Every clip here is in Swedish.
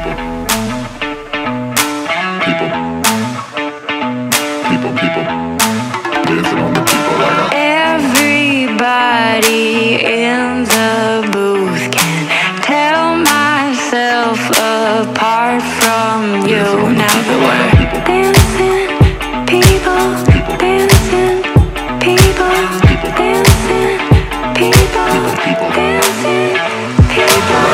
Everybody in the booth can tell myself apart from you. Now the word dancing people, dancing people, dancing people, dancing people.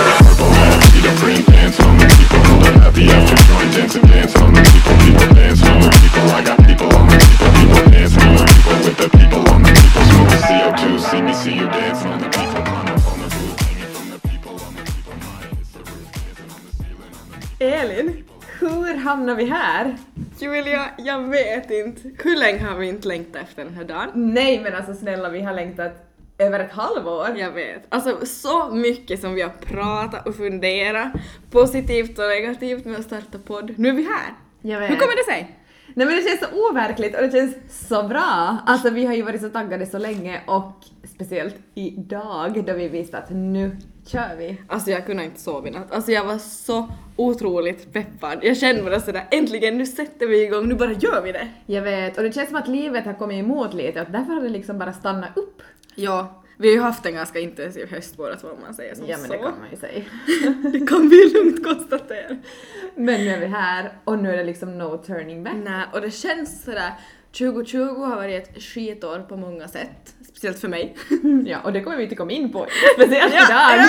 Peter Green dance on the people, happy after joint dancing, dance on the people, people dance on the people. I got people on the people, people dance on the people with the people on the people. Smoke CO2, see me, see you dance on the people. Climb up on the roof, hanging from the people on the people. Mine is the roof, dancing on the ceiling on the people. Elin, hur hamnar vi här? Julia, jag vet inte. Hur länge har vi inte längtat efter den här dagen? Nej men alltså snälla, vi har längtat över ett halvår. Jag vet. Alltså så mycket som vi har pratat och funderat, positivt och negativt med att starta podd. Nu är vi här. Jag vet. Hur kommer det sig? Nej men det känns så overkligt och det känns så bra. Alltså vi har ju varit så taggade så länge och speciellt idag då vi visste att nu kör vi. Alltså jag kunde inte sova i natt. Alltså jag var så otroligt peppad. Jag kände bara sådär, äntligen nu sätter vi igång, nu bara gör vi det. Jag vet, och det känns som att livet har kommit emot lite och därför har det liksom bara stannat upp. Ja, vi har ju haft en ganska intensiv höst båda två, om man säger som Ja men så. det kan man ju säga. Det kan vi lugnt konstatera. Men nu är vi här och nu är det liksom no turning back. Nej, och det känns sådär, 2020 har varit ett skitår på många sätt. Speciellt för mig. Ja, och det kommer vi inte komma in på, speciellt idag.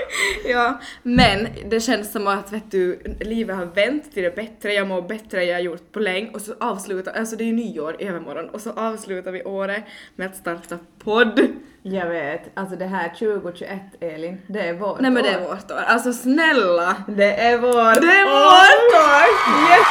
Ja, men det känns som att vet du, livet har vänt till det bättre, jag mår bättre än jag har gjort på länge och så avslutar, alltså det är ju nyår i övermorgon och så avslutar vi året med att starta podd. Jag vet, alltså det här 2021 Elin, det är vårt år. Nej men det är vårt år, alltså snälla. Det är vårt Det är vårt år! Yes.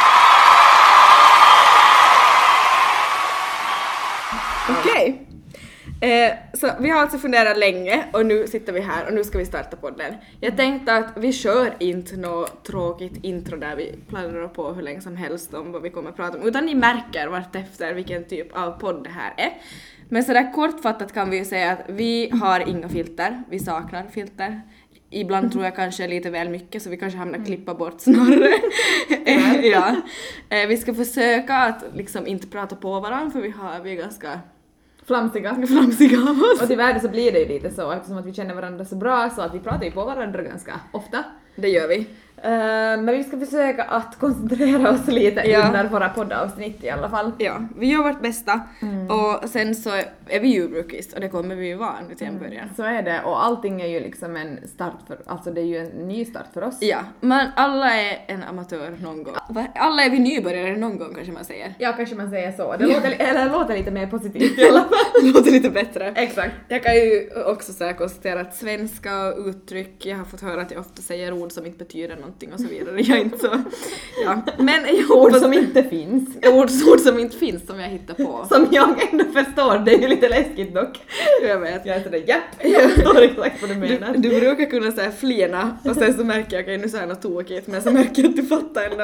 Okej. Så vi har alltså funderat länge och nu sitter vi här och nu ska vi starta podden. Jag tänkte att vi kör inte något tråkigt intro där vi planerar på hur länge som helst om vad vi kommer att prata om, utan ni märker vart efter vilken typ av podd det här är. Men sådär kortfattat kan vi ju säga att vi har inga filter, vi saknar filter. Ibland tror jag kanske lite väl mycket så vi kanske hamnar klippa bort snarare. Ja. Vi ska försöka att liksom inte prata på varandra för vi är ganska flamsiga av oss. Och tyvärr så blir det ju lite så eftersom att vi känner varandra så bra så att vi pratar ju på varandra ganska ofta. Det gör vi. Men vi ska försöka att koncentrera oss lite under våra poddavsnitt i alla fall. Ja, vi gör vårt bästa och sen så är vi ju rookies och det kommer vi ju vara nu till en början. Så är det, och allting är ju liksom en start för, alltså det är ju en ny start för oss. Ja, men alla är en amatör någon gång. Alla är vi nybörjare någon gång kanske man säger. Ja, kanske man säger så. Det låter lite mer positivt i alla fall. Det låter lite bättre. Exakt. Jag kan ju också säga konstatera att svenska uttryck, jag har fått höra att jag ofta säger ord som inte betyder någonting och så vidare. Jag är inte så... Ja. Men ord som inte finns. Ord som inte finns som jag hittar på. Som jag ändå förstår, det är ju lite läskigt dock. Jag vet. Jag är sådär, jag förstår exakt vad du menar. Du brukar kunna säga flena och sen så märker jag, okej nu säger jag något tokigt, men så märker jag att du fattar ändå.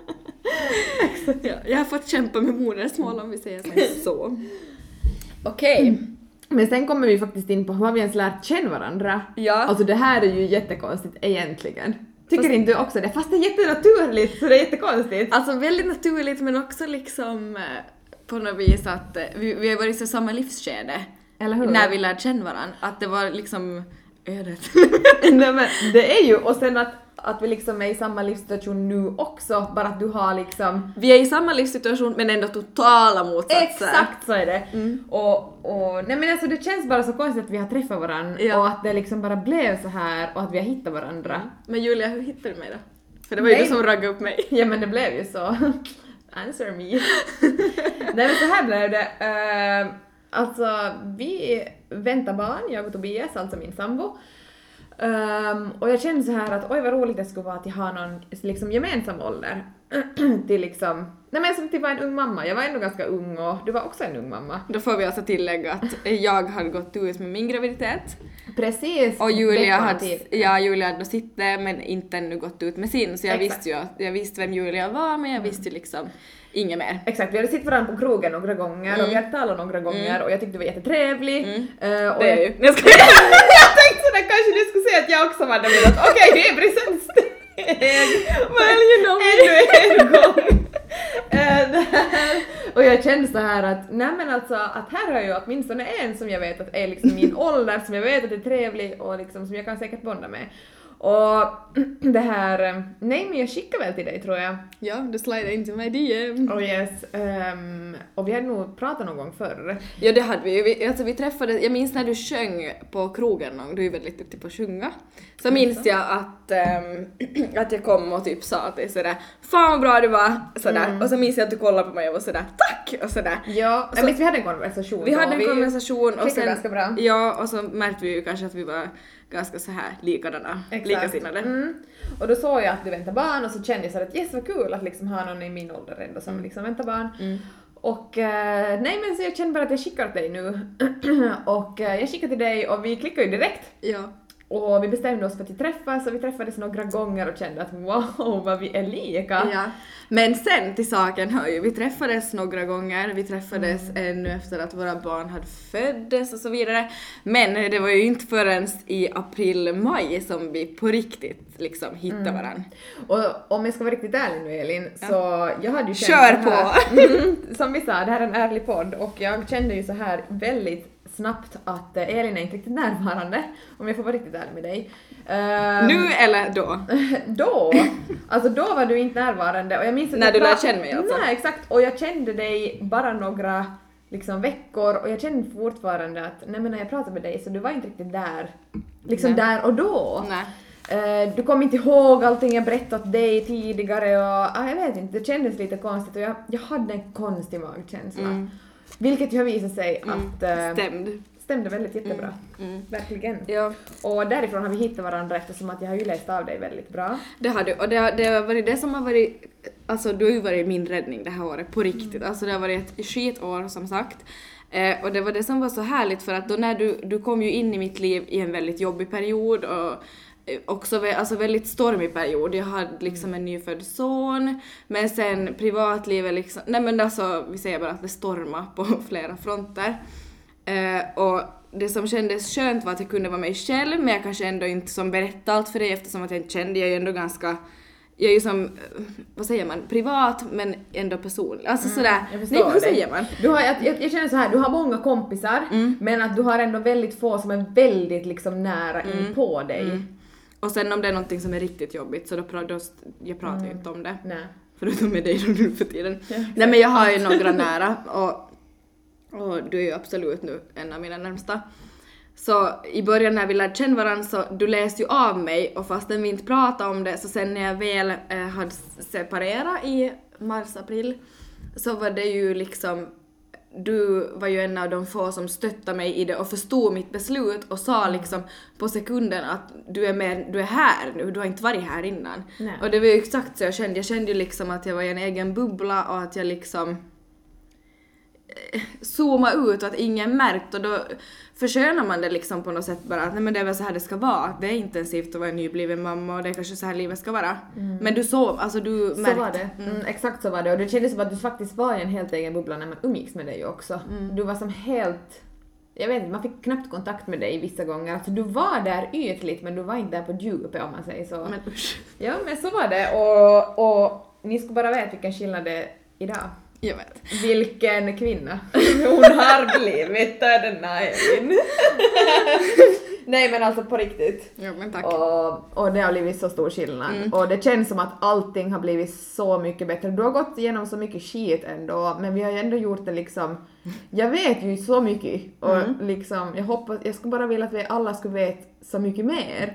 Ja, jag har fått kämpa med modersmål om vi säger så. Okej. Men sen kommer vi faktiskt in på hur har vi ens lärt känna varandra. Ja. Alltså det här är ju jättekonstigt egentligen. Tycker inte du också det? Fast det är jättenaturligt så det är jättekonstigt. Alltså väldigt naturligt men också liksom på något vis att vi har varit i samma livsskede. Eller hur? När vi lärde känna varandra. Att det var liksom ödet. Nej men det är ju, och sen att vi liksom är i samma livssituation nu också, bara att du har liksom... Vi är i samma livssituation men ändå totala motsatser. Exakt så är det. Och nej men alltså det känns bara så konstigt att vi har träffat varandra och att det liksom bara blev så här och att vi har hittat varandra. Men Julia, hur hittade du mig då? För det var ju du som raggade upp mig. Ja men det blev ju så. Answer me. Nej men så här blev det. Alltså vi väntar barn, jag och Tobias, alltså min sambo. Och jag kände så här att oj vad roligt det skulle vara att jag har någon liksom gemensam ålder till liksom, nej men som till var en ung mamma. Jag var ändå ganska ung och du var också en ung mamma. Då får vi alltså tillägga att jag hade gått ut med min graviditet. Precis. Och Julia hade suttit men inte ännu gått ut med sin. Så jag visste vem Julia var men jag visste liksom inget mer. Exakt, vi hade sett varandra på krogen några gånger och vi hade talat några gånger och jag tyckte du var jättetrevlig. Det är ju. Jag tänkte sådär, kanske du skulle säga att jag också var där, men okej, det är precis. ännu en gång. Och jag kände så här att, nej men alltså, att här har jag åtminstone en som jag vet att är liksom min ålder, som jag vet att är trevlig och liksom som jag kan säkert bonda med. Och det här, nej men jag skickar väl till dig tror jag. Ja, du slidade in till mig DM. Oh yes, och vi hade nog pratat någon gång förr. Ja, det hade vi ju. Vi träffades, jag minns när du sjöng på krogen någon, du är väldigt duktig på att sjunga. Så minns jag att jag kom och typ sa till sådär, fan vad bra du var, sådär. Och så minns jag att du kollade på mig och var sådär, tack! Och sådär. Ja, och så, vi hade en konversation. Vi hade en konversation och sen, ganska bra. Ja, och så märkte vi ju kanske att vi var ganska så här likadana, likasinnade. Och då såg jag att du väntar barn och så kände jag så att yes vad kul att liksom ha någon i min ålder ändå som liksom väntar barn. Och nej men så jag kände bara att jag skickar till dig nu. Och jag skickar till dig och vi klickar ju direkt. Ja. Och vi bestämde oss för att träffas och vi träffades några gånger och kände att wow vad vi är lika. Ja. Men sen till saken hör ju, vi träffades några gånger, vi träffades ännu efter att våra barn hade föddes och så vidare. Men det var ju inte förrän i april-maj som vi på riktigt liksom hittade varandra. Och om jag ska vara riktigt ärlig nu Elin, så jag hade ju känt Kör så här, på! som vi sa, det här är en ärlig podd och jag kände ju så här väldigt snabbt att Elin är inte riktigt närvarande, om jag får vara riktigt ärlig med dig. Nu eller då? Då! Alltså då var du inte närvarande och jag minns att när du lärde känna mig alltså? Nej exakt, och jag kände dig bara några liksom veckor och jag kände fortfarande att nej men när jag pratade med dig så du var inte riktigt där liksom där och då. Nej. Du kom inte ihåg allting jag berättat åt dig tidigare och jag vet inte, det kändes lite konstigt och jag hade en konstig magkänsla. Vilket ju har visat sig att stämde väldigt jättebra. Verkligen. Ja. Och därifrån har vi hittat varandra eftersom att jag har ju läst av dig väldigt bra. Det har du, och det har varit det som har varit, alltså du har ju varit min räddning det här året på riktigt. Alltså det har varit ett skitår som sagt. Och det var det som var så härligt för att då när du kom ju in i mitt liv i en väldigt jobbig period och också alltså väldigt stormig period. Jag hade liksom en nyfödd son, men sen privatlivet liksom, nej men alltså vi säger bara att det stormade på flera fronter. Och det som kändes skönt var att jag kunde vara mig själv, men jag kanske ändå inte som berättade allt för dig eftersom att jag inte kände, jag är ju ändå ganska, jag är ju som, vad säger man, privat men ändå personlig. Alltså sådär, nej hur säger man? Du har, jag känner så här, du har många kompisar men att du har ändå väldigt få som är väldigt liksom nära in på dig. Och sen om det är någonting som är riktigt jobbigt så då jag pratar ju inte om det. Nej. Förutom med dig nu för tiden. Nej men jag har ju några nära och du är ju absolut nu en av mina närmsta. Så i början när vi lärde känna varandra så du läste ju av mig och fastän vi inte pratade om det så sen när jag väl hade separerat i mars-april så var det ju liksom, du var ju en av de få som stöttade mig i det och förstod mitt beslut och sa liksom på sekunden att du är här nu, du har inte varit här innan. Nej. Och det var ju exakt så jag kände ju liksom att jag var i en egen bubbla och att jag liksom zooma ut och att ingen märkt och då förskönar man det liksom på något sätt bara att nej men det är väl så här det ska vara. Det är intensivt att vara en nybliven mamma och det är kanske så här livet ska vara. Men du sov, alltså du märkte. Så var det. Exakt så var det och det kändes som att du faktiskt var i en helt egen bubbla när man umgicks med dig också. Du var som helt, jag vet inte, man fick knappt kontakt med dig vissa gånger. Alltså du var där ytligt men du var inte där på djupet om man säger så. Men usch. Ja men så var det och ni ska bara veta vilken skillnad det är idag. Jag vet. Vilken kvinna hon har blivit, denna Elin. Nej men alltså på riktigt. Ja men tack. Och det har blivit så stor skillnad. Och det känns som att allting har blivit så mycket bättre. Du har gått igenom så mycket skit ändå, men vi har ju ändå gjort det liksom, jag vet ju så mycket. Och liksom, jag skulle bara vilja att vi alla skulle veta så mycket mer.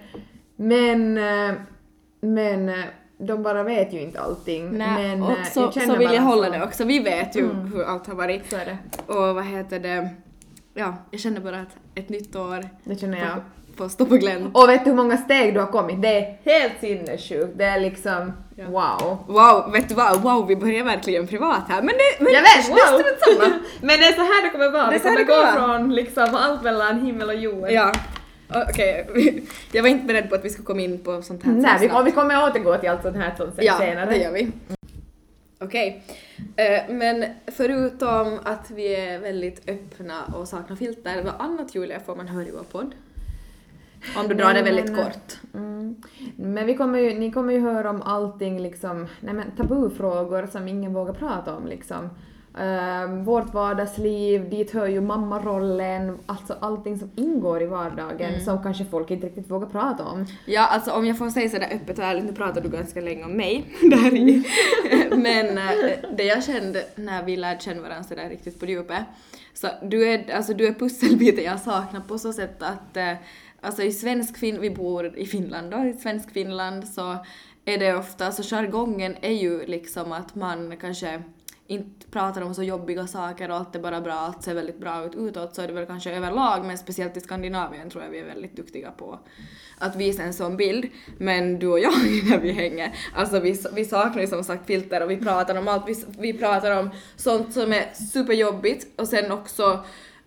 Men de bara vet ju inte allting. Nej, men och så vill jag hålla det också. Vi vet ju hur allt har varit. Så är det. Och vad heter det? Ja, jag känner bara att ett nytt år Det känner jag. på stå på glänt. Och vet du hur många steg du har kommit? Det är helt sinnessjukt. Det är liksom, wow. Wow, vet du vad? Wow, vi börjar verkligen privat här. Men Jag vet, wow. samma. Men det är så här det kommer vara. Det är Det så här kommer det kommer gå vara. från liksom allt mellan himmel och jord. Ja. Okej. Jag var inte beredd på att vi skulle komma in på sånt här. Nej, så snabbt. vi kommer återgå till allt sånt här senare. Ja, det gör vi. Okej. Men förutom att vi är väldigt öppna och saknar filter, vad annat Julia får man höra i vår podd? Om du drar det väldigt kort. Men ni kommer ju höra om allting liksom, tabufrågor som ingen vågar prata om liksom. Vårt vardagsliv, dit hör ju mammarollen, alltså allting som ingår i vardagen som kanske folk inte riktigt vågar prata om. Ja, alltså om jag får säga sådär öppet och ärligt, nu pratar du ganska länge om mig där i. Men det jag kände när vi lärde känna varandra sådär riktigt på djupet, så du är pusselbiten jag saknar på så sätt att alltså vi bor i Finland då, i svensk Finland, så är det ofta, så jargongen är ju liksom att man kanske inte pratar om så jobbiga saker och allt är bara bra, allt ser väldigt bra ut utåt, så är det väl kanske överlag, men speciellt i Skandinavien tror jag vi är väldigt duktiga på att visa en sån bild. Men du och jag när vi hänger, alltså vi saknar ju som sagt filter och vi pratar om allt, vi pratar om sånt som är superjobbigt och sen också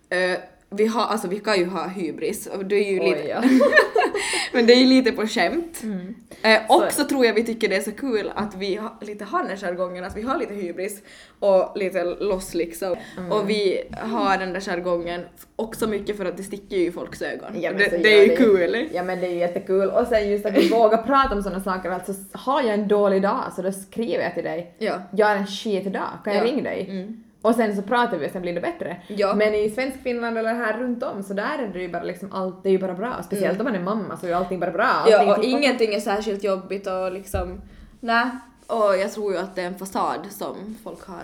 vi kan ju ha hybris och det är ju lite men det är ju lite på skämt. Också tror jag vi tycker det är så kul att vi lite har den jargongen, att vi har lite hybris och lite loss liksom. Och vi har den där jargongen också mycket för att det sticker ju i folks ögon. Ja, det är ju kul. Ja, men det är ju jättekul. Och sen just att vi vågar prata om sådana saker. Alltså har jag en dålig dag så då skriver jag till dig. Ja. Jag har en skitdag, kan jag ringa dig? Och sen så pratar vi och sen blir det bättre. Ja. Men i svensk Finland eller här runt om så där är det ju bara liksom allt är ju bara bra. Speciellt om man är mamma så är allting bara bra. Ja, och ingenting är särskilt jobbigt och liksom, nej. Och jag tror ju att det är en fasad som folk har.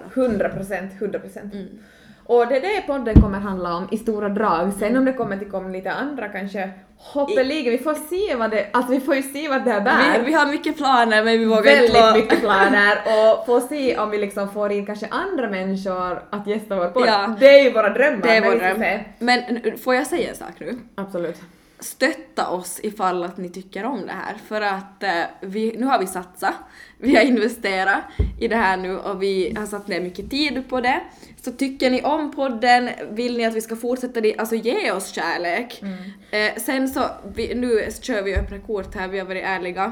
100%. Och det är det podden kommer handla om i stora drag. Sen om det kommer till lite andra kanske hoppeliga. Vi får se vi får ju se vad det här bär. Vi har mycket planer men vi vågar väldigt mycket planer och får se om vi liksom får in kanske andra människor att gästa vår podd. Ja. Det är ju våra drömmar. Det är vår dröm. Men får jag säga en sak nu? Absolut. Stötta oss ifall att ni tycker om det här, för att nu har vi satsat, vi har investerat i det här nu och vi har satt ner mycket tid på det. Så tycker ni om podden, vill ni att vi ska fortsätta det, alltså ge oss kärlek. Sen så nu kör vi öppna kort här, vi har varit ärliga.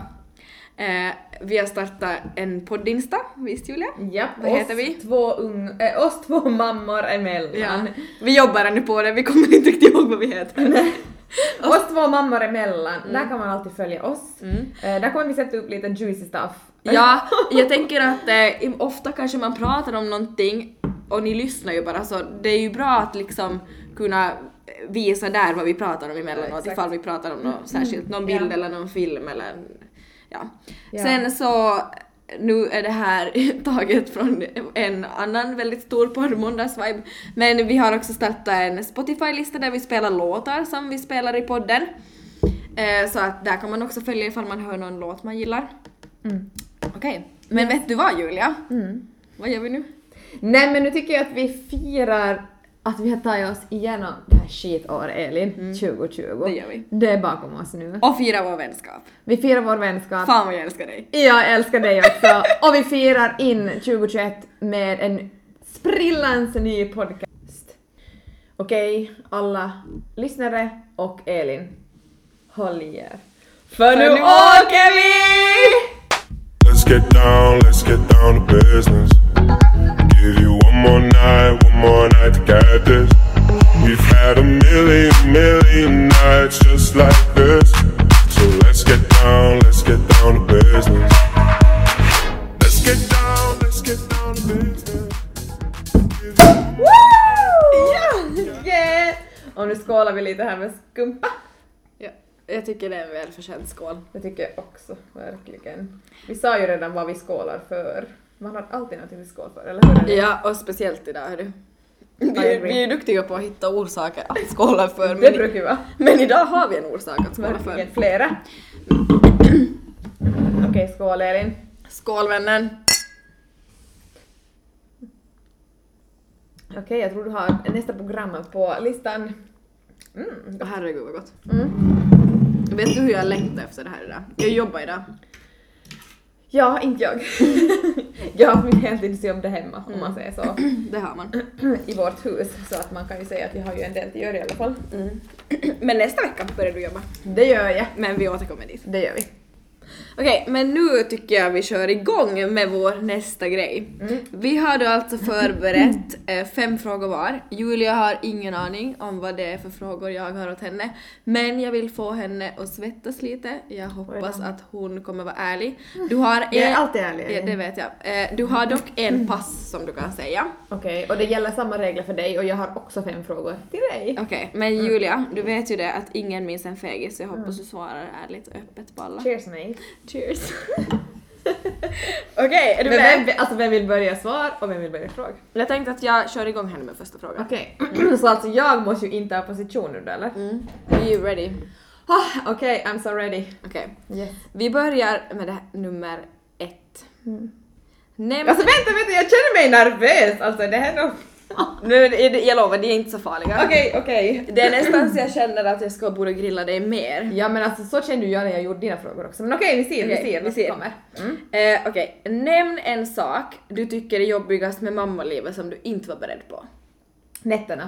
Vi har startat en poddinsta, visst Julia? Ja, vad heter vi? Oss två mammor emellan. Ja. Vi jobbar ännu på det, vi kommer inte riktigt ihåg vad vi heter. Oss två mammor emellan, där kan man alltid följa oss. Där kommer vi sätta upp lite juicy stuff. Ja, jag tänker att ofta kanske man pratar om någonting och ni lyssnar ju bara, så det är ju bra att liksom kunna visa där vad vi pratar om emellanåt, ifall vi pratar om något särskilt, någon bild eller någon film eller ja. Sen så nu är det här taget från en annan väldigt stor podd, Måndagsvibe. Men vi har också startat en Spotify-lista där vi spelar låtar som vi spelar i podden. Så att där kan man också följa ifall man hör någon låt man gillar. Okej. Men vet du vad Julia? Vad gör vi nu? Nej, men nu tycker jag att vi firar att vi har tagit oss igenom det här skitår, Elin, 2020. Det gör vi. Det är bakom oss nu. Och firar vår vänskap. Vi firar vår vänskap. Fan vad jag älskar dig. Jag älskar dig också. Och vi firar in 2021 med en sprillans ny podcast. Okej, alla lyssnare och Elin, håll i er. För nu åker vi! Let's get down to business. Give you one more night to get this. We've had a million nights just like this. So let's get down to business. Let's get down to business. Woo! Yeah! Och nu skålar vi lite här med skumpa. Ja, jag tycker det är en välförtjänt skål. Jag tycker också, verkligen. Vi sa ju redan vad vi skålar för. Man har alltid något till skål för, eller hur? Ja, och speciellt idag, hörru. Vi är duktiga på att hitta orsaker att skåla för. Det brukar vi vara. Men idag har vi en orsak att skåla för. Flera. Okej, skål Elin. Skål vännen. Okej, jag tror du har nästa program på listan. Herregud vad gott. Vet du hur jag längtar efter det här idag? Jag jobbar idag. Ja, inte jag. Jag har haft mitt heltidsjobb där hemma, om man säger så. Det har man. I vårt hus, så att man kan ju säga att jag har ju en del att göra i alla fall. Men nästa vecka börjar du jobba. Det gör jag. Men vi återkommer dit. Det gör vi. Okej, men nu tycker jag vi kör igång med vår nästa grej. Vi har då alltså förberett 5 frågor var. Julia har ingen aning om vad det är för frågor jag har åt henne. Men jag vill få henne att svettas lite. Jag hoppas att hon kommer vara ärlig. Du har Jag är alltid ärlig. Ja, det vet jag. Du har dock en pass som du kan säga. Okej, och det gäller samma regler för dig och jag har också 5 frågor till dig. Okej, men Julia, du vet ju det att ingen minns en fegis. Jag hoppas du svarar ärligt och öppet på alla. Cheers mate. Cheers. Okej, är du med? Vem vill börja svar och vem vill börja fråga? Jag tänkte att jag kör igång henne med första frågan. Okej, så alltså jag måste ju inte ha position nu då, eller? Are you ready? Okej, I'm so ready. Okej. Yes. Vi börjar med det här, nummer 1. Nämn... Alltså vänta, jag känner mig nervös. Alltså det här är nog... Jag lovar, det är inte så farliga. Okej. Det är nästan så jag känner att jag borde grilla dig mer. Ja men alltså så kände jag när jag gjorde dina frågor också. Men okej, vi ser vad som kommer. Okej, nämn en sak du tycker är jobbigast med mammalivet som du inte var beredd på. Nätterna.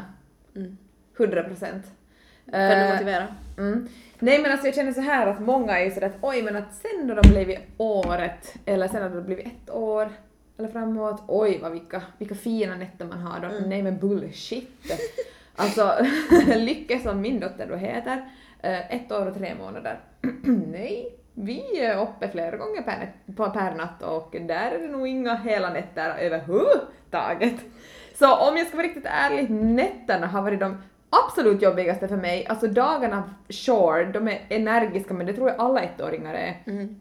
100%. Kan du motivera? Nej men alltså jag känner så här att många är ju sådär att oj men att sen när de blivit året eller sen när de blivit 1 år eller framåt, oj vad vilka fina nätter man har då. Nej men bullshit. Alltså Lycka som min dotter då heter 1 år och 3 månader. Nej, vi är uppe flera gånger per natt och där är det nog inga hela nätter överhuvudtaget. Så om jag ska vara riktigt ärlig, nätterna har varit de absolut jobbigaste för mig. Alltså dagarna, sure, de är energiska men det tror jag alla 1-åringar är.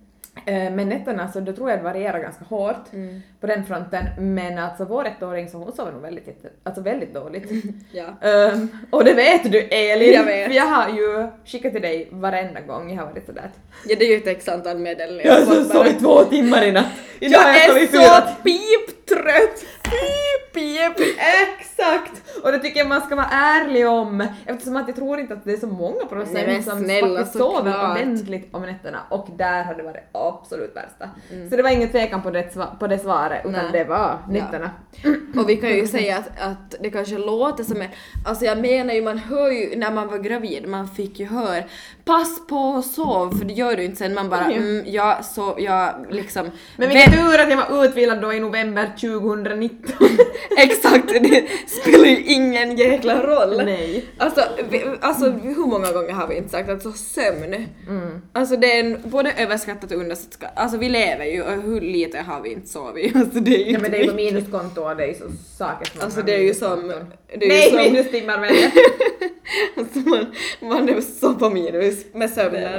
Men nätterna så då tror jag det varierar ganska hårt på den fronten. Men alltså vår 1-åring så hon sover nog väldigt dåligt. Ja. Och det vet du Elin. Jag vet. För jag har ju skickat till dig varenda gång jag har varit sådär. Ja, det är ju ett x antal meddelanden. Jag har sovit 2 timmar i natt. Jag är så piptrött. Pip. Exakt! Och det tycker jag man ska vara ärlig om. Eftersom att jag tror inte att det är så många procent som faktiskt sover ordentligt om nätterna. Och där har det varit absolut värsta. Så det var ingen tvekan på det svaret, utan det var nätterna. Ja. Och vi kan ju säga att det kanske låter som alltså jag menar ju, man hör ju när man var gravid, man fick ju höra pass på och sov, för det gör du inte sen, man bara jag liksom... Men vilken tur att jag var utvilad då i november 2019. Exakt, det spelar ju ingen jäkla roll. Nej. Alltså hur många gånger har vi inte sagt att så sömn. Alltså det är både överskattat och underskattat. Alltså vi lever ju och hur lite har vi inte sovit. Alltså det är ju inte men det är ju minuskonto och det är så saker som alltså det är ju som... minustimmar med det. Alltså man är så på minus med sömnen.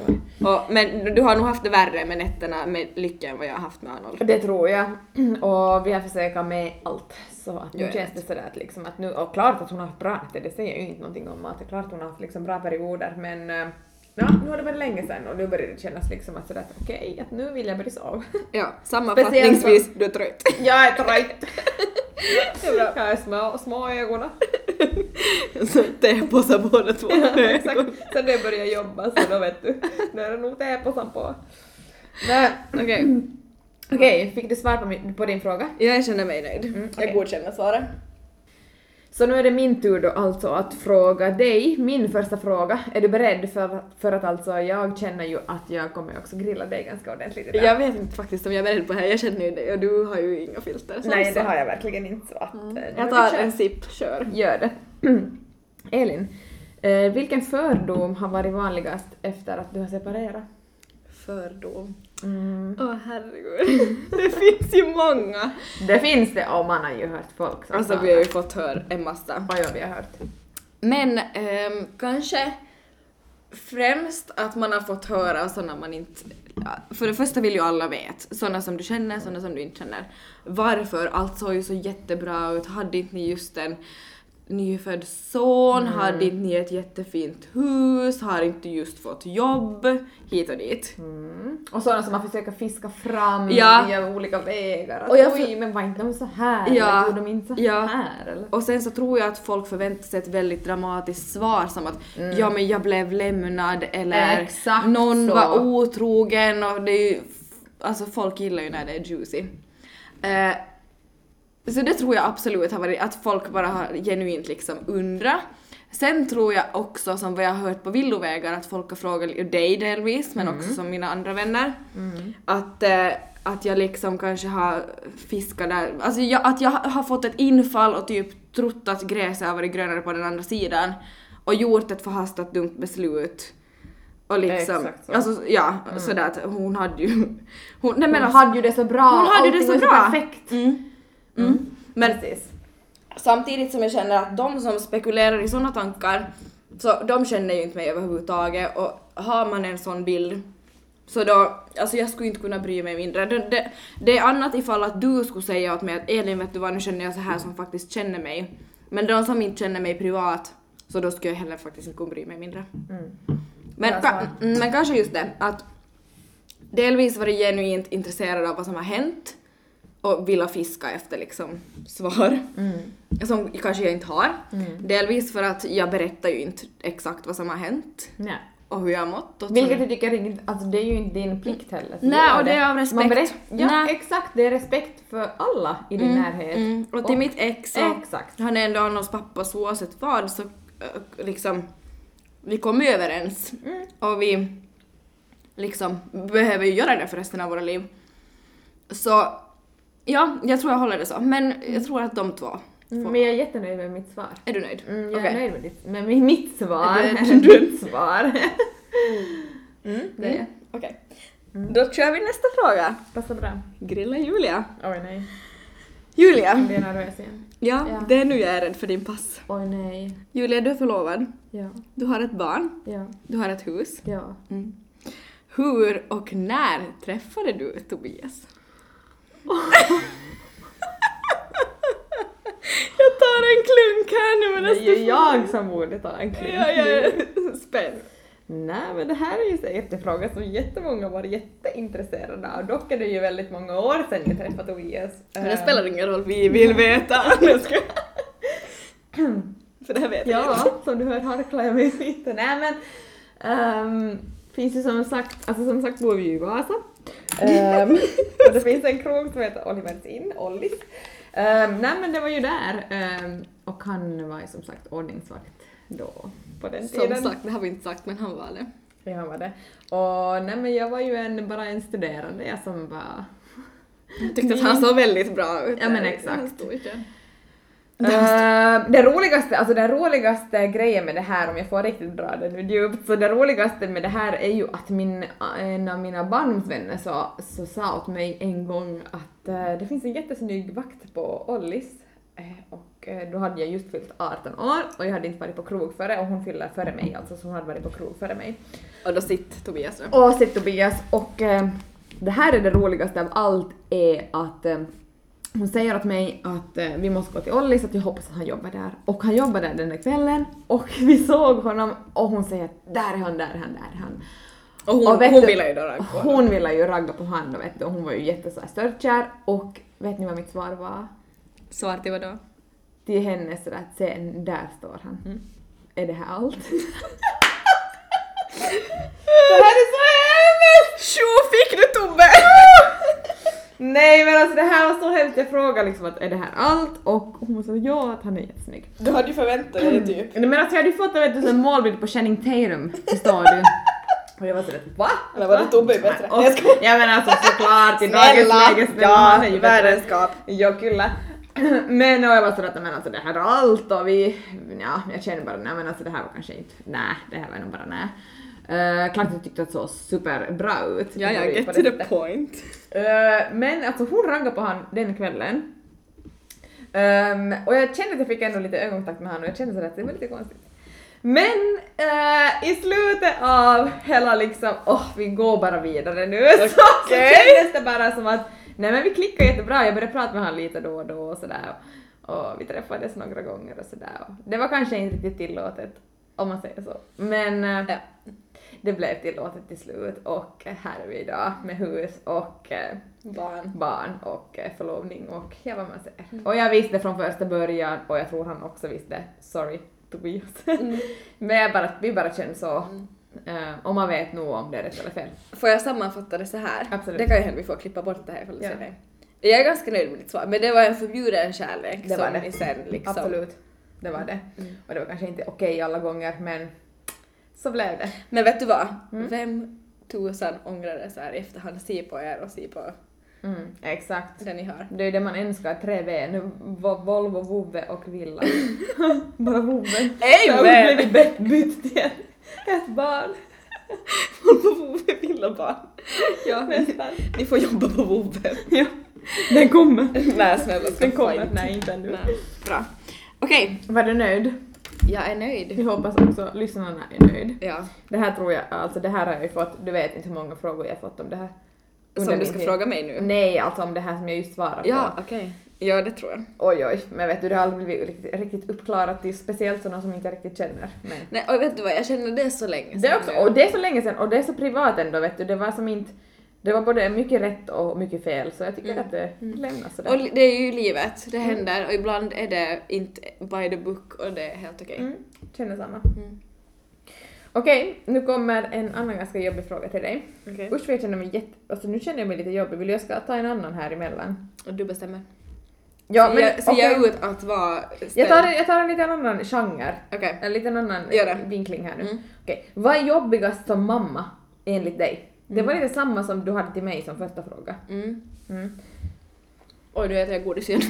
Men du har nog haft det värre med nätterna med Lycka än vad jag har haft med Arnold. Det tror jag. Och vi har försökt med allt. Så att nu känns det sådär att liksom att nu, och klart att hon har haft bra nätter, det säger jag ju inte någonting om att det är klart att hon har haft liksom bra perioder, men ja, nu har det varit länge sedan och nu börjar det kännas liksom att sådär att okej, att nu vill jag börja sova. Ja, sammanfattningsvis, du är trött. Jag är trött. Jag är små ögonen. Så tepåsar båda två. Exakt. Sen när jag börjar jobba så då vet du, då är det nog tepåsan på. Okej, fick du svar på din fråga? Jag känner mig nöjd. Jag godkänner svaret. Så nu är det min tur då alltså att fråga dig, min första fråga. Är du beredd för att alltså jag känner ju att jag kommer också grilla dig ganska ordentligt idag. Jag vet inte faktiskt om jag är beredd på det här, jag känner ju dig och du har ju inga filter. Nej, det har jag verkligen inte. Så att, jag tar en sipp, kör. Gör det. Elin, vilken fördom har varit vanligast efter att du har separerat? Fördom? Herregud. Det finns ju många. Det finns det, och man har ju hört folk som alltså vi har ju fått höra en massa. Ja, vi har hört. Men kanske främst att man har fått höra sådana man inte... Ja, för det första vill ju alla vet. Sådana som du känner, sådana som du inte känner. Varför? Allt såg ju så jättebra ut. Hade inte ni just en nyfödd son? Hade inte ni ett jättefint hus? Har inte just fått jobb? Hit och dit. Och sådana som man försöker fiska fram via olika vägar. Att, och men var inte de så här? Ja. Eller gjorde de inte så här? Eller? Och sen så tror jag att folk förväntar sig ett väldigt dramatiskt svar som att ja men jag blev lämnad eller exakt någon så. var otrogen och det är ju, alltså folk gillar ju när det är juicy. Så det tror jag absolut har varit att folk bara har genuint liksom undrat. Sen tror jag också, som vi har hört på villovägar, att folk har frågat dig delvis, men också som mina andra vänner, att jag liksom kanske har fiskat där, alltså att jag har fått ett infall och typ trott att gräset har varit grönare på den andra sidan och gjort ett förhastat dumt beslut. Och liksom, Exakt så. alltså ja, sådär att hon hade ju... Hon hade ju det så bra. Hon hade ju det så allting bra. var så perfekt. Men Precis. samtidigt som jag känner att de som spekulerar i såna tankar, så de känner ju inte mig överhuvudtaget, och har man en sån bild så då, alltså jag skulle inte kunna bry mig mindre. Det är annat ifall att du skulle säga åt mig att Elin, vet du vad, nu känner jag så här som faktiskt känner mig. Men de som inte känner mig privat, så då skulle jag heller faktiskt inte kunna bry mig mindre. Men kanske just det, att delvis var det genuint intresserad av vad som har hänt och vilja fiska efter liksom svar som kanske jag inte har. Delvis för att jag berättar ju inte exakt vad som har hänt Nej. och hur jag har mått. Och Vilket jag tycker är, alltså det är ju inte din plikt heller. Nej, och det är av respekt. Ja, Nej. exakt. Det är respekt för alla i din närhet. Och till mitt ex så, Exakt. han är ändå någons pappas oavsett vad, så liksom vi kommer ju överens och vi liksom behöver ju göra det för resten av våra liv. Så ja, jag tror jag håller det så. Men jag tror att de två får. Men jag är jättenöjd med mitt svar. Är du nöjd? Jag Okej. är nöjd med mitt svar. Ditt svar. Det är. Okej. Då kör vi nästa fråga. Passar bra. Grilla Julia. Oj nej. Julia. Det är nervös igen. Ja, Ja. det är nu jag är rädd för din pass. Oj nej. Julia, du är förlovad. Ja. Du har ett barn. Ja. Du har ett hus. Ja. Hur och när träffade du Tobias? Jag tar en klunk här nu medan Det är ju jag som borde ta en klunk. Ja, jag är spänd. Nej, men det här är ju säkert en fråga som jättemånga var jätteintresserade av. Dock är det ju väldigt många år sedan jag träffade Tobias. Men det spelar ingen roll, vi vill veta. För det här vet jag. Ja, som du hör harklar jag mig lite. Nej men, finns ju som sagt bor vi ju i Vasa. Och det finns en krog som heter Olivers Inn, Ollis. Nej men det var ju där. Och han var ju som sagt ordningsvakt då på den tiden. Som sagt, det har vi inte sagt, men han var det. Ja, han var det. Och nej men jag var ju bara en studerande, jag som var... Jag tyckte att han såg väldigt bra ut. Ja, men där. exakt. Han stod i kön. Den roligaste grejen med det här, om jag får riktigt dra det nu djupt, så det roligaste med det här är ju att en av mina barndomsvänner så sa åt mig en gång att det finns en jättesnygg vakt på Ollis, och då hade jag just fyllt 18 år och jag hade inte varit på krog före, och hon fyllde före mig, alltså så hon hade varit på krog före mig. Och då sitter Tobias då. Och sitt Tobias, och det här är det roligaste av allt, är att hon säger åt mig att vi måste gå till Ollis, att jag hoppas att han jobbar där. Och han jobbar där den där kvällen, och vi såg honom, och hon säger att där är han. Och hon ville ju då ragga på Hon ville ju ragga på han, och vet du, och hon var ju jätteså störtkär, och vet ni vad mitt svar var? Svar till vad då? Till henne sådär att sen, där står han. Är det här allt? Det här är så hemskt! Tjo, fick du Tobbe! Nej men alltså det här var så hemskt, jag frågade liksom att är det här allt? Och hon sa ja, att han är jättesnygg. Du hade ju förväntat dig typ. Nej men alltså jag hade ju fått en målbild på Channing Tatum, förstår du? Och jag var sådär, va? Eller var det Tobbe bättre? Och, ja men alltså såklart i dagens läge ja, är ju värdenskap. Ja, kyllä. Men och jag var sådär att men alltså det här är allt, och jag känner bara nej men alltså det här var kanske inte, det här var nog bara nej. Klart jag tyckte att det såg superbra ut. Ja, get to the point. Men alltså hon raggade på han den kvällen. Och jag kände att jag fick ändå lite ögonkontakt med han, och jag kände sådär att det var lite konstigt. Men i slutet av hela liksom, vi går bara vidare nu. Okay. Så kändes det bara som att nej men vi klickar jättebra, jag började prata med han lite då och då och sådär. Och vi träffades några gånger och sådär. Det var kanske inte riktigt tillåtet, om man säger så. Men det blev tillåtet till slut, och här är vi idag med hus och barn och förlovning och ja, vad man säger. Och jag visste från första början, och jag tror han också visste, sorry Tobias. Men vi bara känner så. Och man vet nog om det är rätt eller fel. Får jag sammanfatta det så här? Absolut. Det kan ju hända vi får klippa bort det här ifall du Ja. säger nej. Jag är ganska nöjd med ditt svar, men det var en förbjuden kärlek Det var som det. ni sen liksom... Absolut. Det var det. Och det var kanske inte okej alla gånger, men så blev det. Men vet du vad? Vem tusan ångrade så här i efterhand? Se på er och se på Exakt. det ni har. Det är det man önskar, 3V. Nu Volvo, Vove och Villa. Bara Vove. Amen! Så blev vi bytt till ett barn. På Vove villabarn. Ja, nästan. Ni får jobba på Vove. Ja. Den kommer. Nej snälla, Den kommer. Nej, inte ännu. Nej. Bra. Okej, Var du nöjd? jag är nöjd. Vi hoppas också lyssnarna är nöjd. Ja. Det här tror jag, alltså det här har jag ju fått, du vet inte hur många frågor jag har fått om det här. Som du ska fråga mig nu? Nej, alltså om det här som jag just svarade på. Ja, okej. Ja, det tror jag. Oj, men vet du, det har aldrig blivit riktigt uppklarat till speciellt sådana som inte riktigt känner. Men Nej, och vet du vad, jag känner det så länge sedan. det är också, och det är så länge sedan, och det är så privat ändå, vet du, det var som inte, det var både mycket rätt och mycket fel, så jag tycker att det lämnas sådär. Och det är ju livet, det händer och ibland är det inte by the book och det är helt okej. Känner samma. Okej, nu kommer en annan ganska jobbig fråga till dig. Okej. Usch, jag känner mig alltså nu känner jag mig lite jobbig, vill jag ska ta en annan här emellan? Och du bestämmer. Ja, Så jag okej. ut att vara Jag tar en lite annan genre. Okej. En liten annan Gör det. vinkling här nu. Okej. Vad är jobbigast som mamma enligt dig? Det var lite samma som du hade till mig som första fråga. Oj, du äter jag godis igen.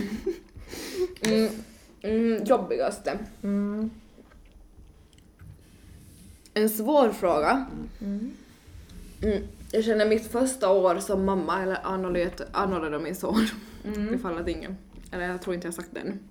Jobbigaste. En svår fråga. Jag känner mitt första år som mamma, eller Arnold är min son. Ifall att ingen. Eller jag tror inte jag har sagt det ännu.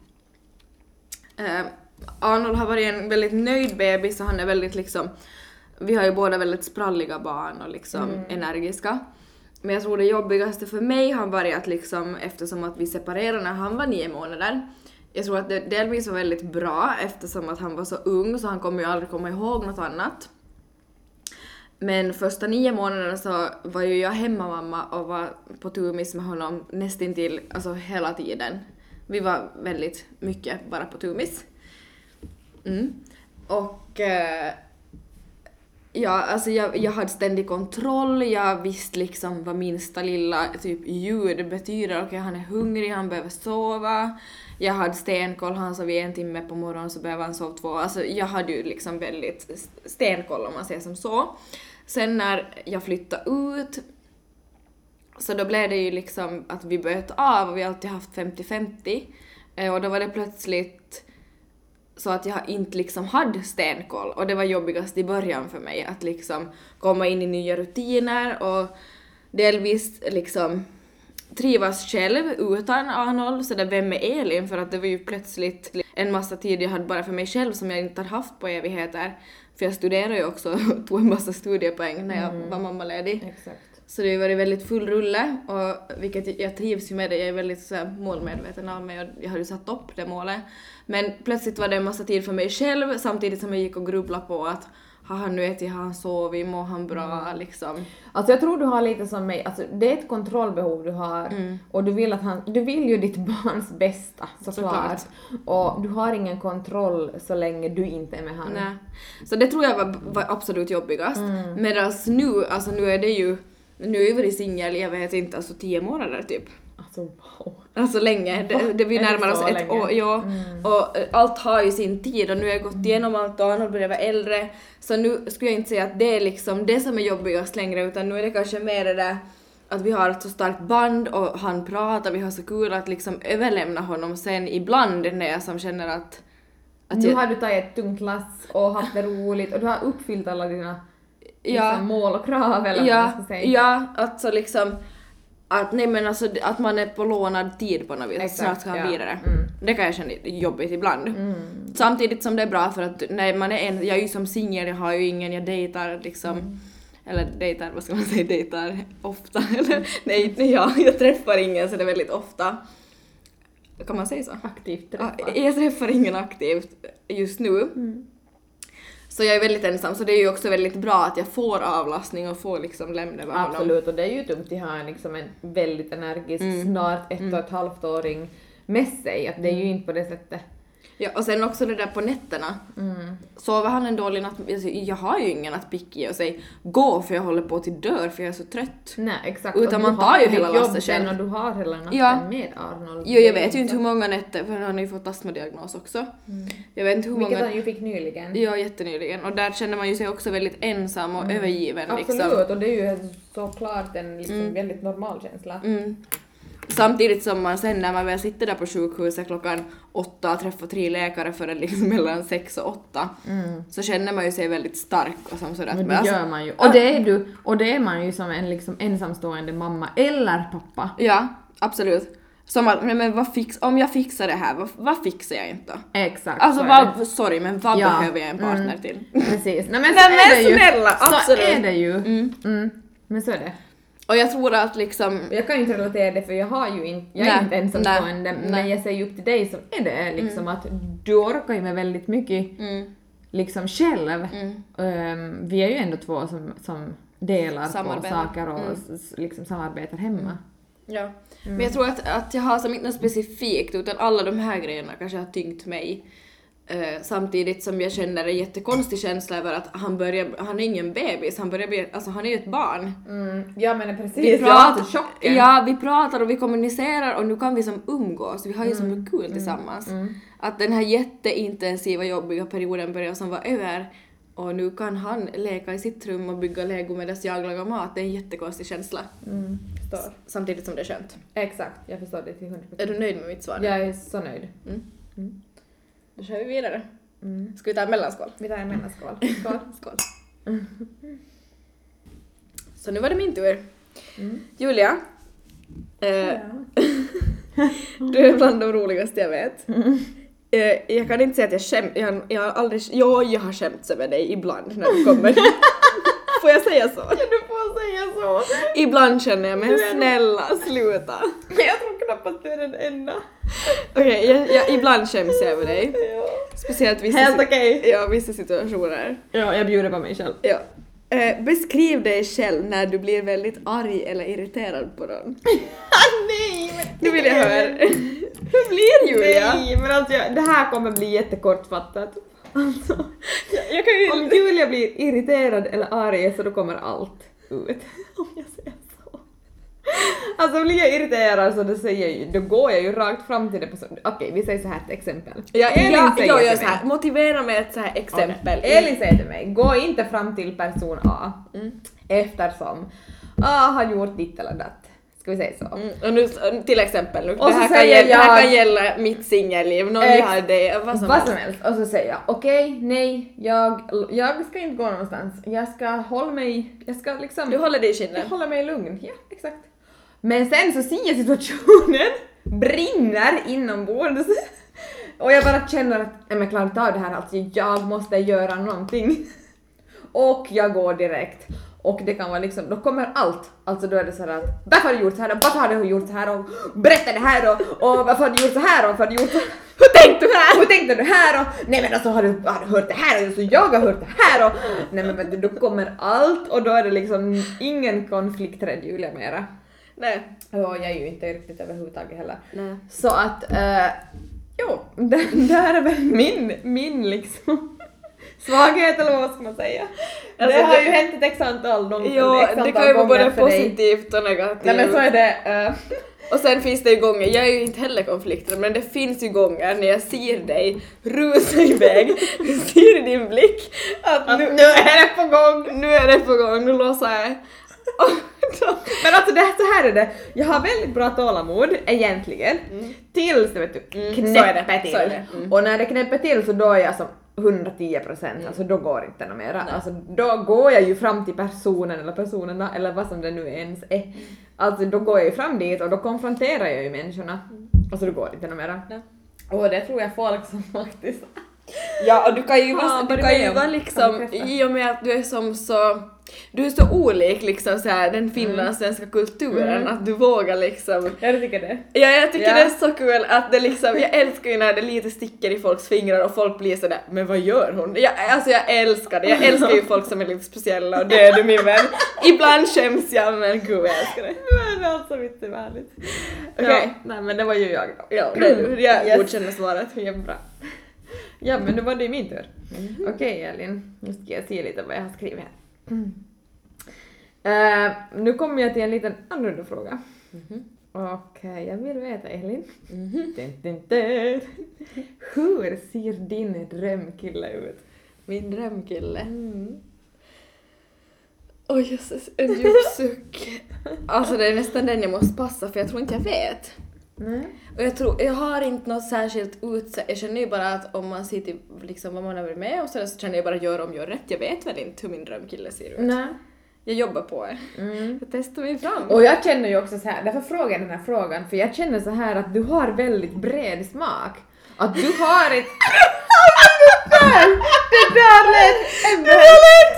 Arnold har varit en väldigt nöjd bebis och han är väldigt liksom, vi har ju båda väldigt spralliga barn och liksom energiska. Men jag tror det jobbigaste för mig har varit att liksom, eftersom att vi separerade när han var 9 månader. Jag tror att det delvis var väldigt bra eftersom att han var så ung så han kommer ju aldrig komma ihåg något annat. Men första 9 månaderna så var ju jag hemmamamma och var på tumis med honom nästintill, alltså hela tiden. Vi var väldigt mycket bara på tumis. Och ja, alltså jag hade ständig kontroll, jag visste liksom vad minsta lilla typ ljud betyder. Okej, han är hungrig, han behöver sova. Jag hade stenkoll, han sov 1 timme på morgonen så behöver han sova 2. Alltså jag hade ju liksom väldigt stenkoll om man säger som så. Sen när jag flyttade ut så då blev det ju liksom att vi böt av och vi har alltid haft 50-50. Och då var det plötsligt så att jag inte liksom hade stenkoll och det var jobbigast i början för mig att liksom komma in i nya rutiner och delvis liksom trivas själv utan Arnold, så där vem är Elin, för att det var ju plötsligt en massa tid jag hade bara för mig själv som jag inte hade haft på evigheter, för jag studerade ju också och tog en massa studiepoäng när jag var mammaledig. Exakt. Så det har varit väldigt full rulle och vilket jag trivs ju med det, jag är väldigt så här målmedveten av mig och jag hade ju satt upp det målet. Men plötsligt var det en massa tid för mig själv samtidigt som jag gick och grubblade på att har han nu ätit, har han sovit, mår han bra liksom. Alltså jag tror du har lite som mig, alltså det är ett kontrollbehov du har och du vill ju ditt barns bästa såklart. Och du har ingen kontroll så länge du inte är med han. Nej. Så det tror jag var absolut jobbigast. Medan nu, alltså nu är det ju, nu är jag varit singel, jag vet inte, alltså 10 månader typ. Alltså wow. Alltså länge, det vi närmar oss ett år, ja. Och allt har ju sin tid och nu har jag gått igenom allt och Arnold börjar vara äldre. Så nu skulle jag inte säga att det är liksom det som är jobbigast längre, utan nu är det kanske mer det där att vi har ett så starkt band och han pratar, vi har så kul att liksom överlämna honom sen ibland när jag som känner att nu har du tagit ett tungt lass och haft det roligt och du har uppfyllt alla dina liksom, mål och krav eller vad man ska säga. Ja, alltså liksom att nej men alltså att man är på lånad tid på något vis. Exakt, Snart ska han vidare. Det kan jag känna jobbigt ibland. Samtidigt som det är bra för att när man är jag är ju som singel, jag har ju ingen, jag dejtar liksom. Eller dejtar, vad ska man säga, dejtar ofta. Eller, nej, jag träffar ingen så det är väldigt ofta. Kan man säga så? Aktivt träffar. Ja, jag träffar ingen aktivt just nu. Så jag är väldigt ensam, så det är ju också väldigt bra att jag får avlastning och får liksom lämna över honom. Absolut, och det är ju dumt att ha liksom en väldigt energisk, snart 1,5-åring med sig, att det är ju inte på det sättet. Ja, och sen också det där på nätterna. Sover han en dålig natt, alltså, jag har ju ingen att picka och säga gå för jag håller på till dör för jag är så trött. Nej, exakt. Utan Och man tar ju hela lasset själv. själv. Och du har hela natten Ja. med Arnold. Jo, jag vet ju inte hur många nätter, för han har ju fått astmadiagnos också. Jag vet inte hur Vilket många... han ju fick nyligen. Ja, jättenyligen. Och där känner man ju sig också väldigt ensam och övergiven. Absolut, Liksom. och det är ju såklart en liksom väldigt normal känsla. Samtidigt som man sen när man väl sitter där på sjukhuset klockan 8 och träffar 3 läkare för en liksom mellan 6 och 8 så känner man ju sig väldigt stark och som sådär. Men det gör man ju. Och det är man ju som en liksom ensamstående mamma eller pappa. Ja, absolut. Som att, men om jag fixar det här, vad fixar jag inte? Exakt. Alltså så är det. sorry, men vad Ja. behöver jag en partner till? Precis. Nej men så Nej, är det ju. snälla, Så absolut. är det ju. Men så är det. Och jag tror att liksom... Jag kan ju inte relatera det för jag är Nej, inte ensamstående, nej. men jag säger upp till dig som är det liksom att du orkar ju med väldigt mycket liksom själv. Vi är ju ändå två som delar på Samarbetar. saker och liksom samarbetar hemma. Ja. Men jag tror att jag har som inte något specifikt utan alla de här grejerna kanske har tyngt mig. Samtidigt som jag känner en jättekonstig känsla över att han är ingen bebis, han är ju ett barn. Ja men precis, Vi chocken. pratar och vi kommunicerar och nu kan vi som umgås, vi har ju som kul tillsammans. Att den här jätteintensiva jobbiga perioden börjar som var över och nu kan han leka i sitt rum och bygga lego medan jag lagar mat, det är en jättekonstig känsla. Förstår. Samtidigt som det är skönt. Exakt, jag förstår det till 100%. Är du nöjd med mitt svar? Jag är så nöjd. Då kör vi vidare. Ska vi ta en mellanskål? Vi tar en mellanskål. Skål. Skål. Så nu var det min tur. Julia. Du är bland de roligaste jag vet. Jag kan inte säga att jag har skämts över dig ibland när du kommer. Får jag säga så? Ja, du får säga så. Ibland känner jag mig snälla, sluta. Jag tror knappt att du är den enda. Okej, ibland skäms jag över dig. Speciellt Helt okej. Ja, vissa situationer. Ja, jag bjuder på mig själv. Ja. Beskriv dig själv när du blir väldigt arg eller irriterad på någon. Nej, men Nu vill jag höra. Hur blir Julia? Nej, men alltså det här kommer bli jättekortfattat. Alltså, Jag kan ju... om Julia blir irriterad eller arg så då kommer allt ut. Om jag säger så. Alltså blir jag irriterad så då går jag ju rakt fram till det personen. Okej, vi säger så här ett exempel. Jag säger gör till så mig. här. Motivera med ett så här exempel. Elin säger till mig, gå inte fram till person A eftersom A har gjort ditt eller datt. Ska vi säga så? Och nu, till exempel, Och det så här, säger det här jag- kan gälla mitt singelliv, någon har det, vad som helst. Och så säger jag, okej, nej, jag ska inte gå någonstans. Jag ska liksom... Du håller dig i Jag kinden. håller mig lugn, ja, exakt. Men sen så ser jag situationen brinner inombords. Och jag bara känner att, nej men klarar inte av det här, alltså jag måste göra någonting. Och jag går direkt. Och det kan vara liksom, då kommer allt. Alltså då är det så här att, varför har du gjort så här och varför har du gjort så här och berätta det här och varför har du gjort så här och varför har du gjort så här? Hur tänkte du här? Hur tänkte du här och nej men alltså har du hört det här och så jag har hört det här och nej men vet du, då kommer allt och då är det liksom ingen konflikträdd Julia mera. Nej. Och jag är ju inte riktigt överhuvudtaget heller. Nej. Så att, jo, där är väl min liksom svaghet eller vad ska man säga. Alltså, det har det- ju hänt ett x antal Ja, det kan ju vara både för dig. positivt och negativt. Nej men så är det. Och sen finns det ju gånger, jag är ju inte heller konflikter, men det finns ju gånger när jag ser dig rusa iväg, jag ser i din blick att nu är det på gång, nu låser jag. Men alltså det så här är det. Jag har väldigt bra tålamod egentligen. Tills vet du knäpper till. Så är det. Och när det knäpper till så då är jag som 110%, alltså då går inte något mera. Alltså då går jag ju fram till personen eller personerna eller vad som det nu ens är. Alltså då går jag ju fram dit och då konfronterar jag ju människorna. Alltså då går det inte något mera. Nej. Och det tror jag folk som faktiskt... Ja, och du kan ju Ja, vara, varit med om. liksom, Har du träffat? i och med att du är du är så olik liksom så här, den finlandssvenska kulturen, att du vågar liksom. Ja, du tycker det? Ja, jag tycker Ja. det är så kul att det liksom, jag älskar ju när det lite sticker i folks fingrar och folk blir sådär, men vad gör hon? Jag älskar det, jag älskar ju folk som är lite speciella och det är du min vän. Ibland skäms jag, men gud jag älskar det. Men alltså inte värligt. Okej. Ja, nej men det var ju jag då. Ja, jag Yes. godkänner svaret. Ja, bra. Ja, men nu var det min tur. Okej, Elin. Nu ska jag se lite vad jag har skrivit här. Nu kommer jag till en liten annorlunda fråga. Okej, jag vill veta, Elin. Hur ser din drömkille ut? Min drömkille? Oj jösses, en djup suck. Alltså det är nästan den jag måste passa för jag tror inte jag vet. Nej. Och jag har inte något särskilt jag känner ju bara att om man ser till liksom vad man har varit med och så känner jag bara gör om jag rätt. Jag vet väl inte hur min drömkille ser ut. Nej. Jag jobbar på det. Jag testar mig fram. Och jag känner ju också så här, därför frågar jag den här frågan, för jag känner så här att du har väldigt bred smak. Att du har ett... det där lät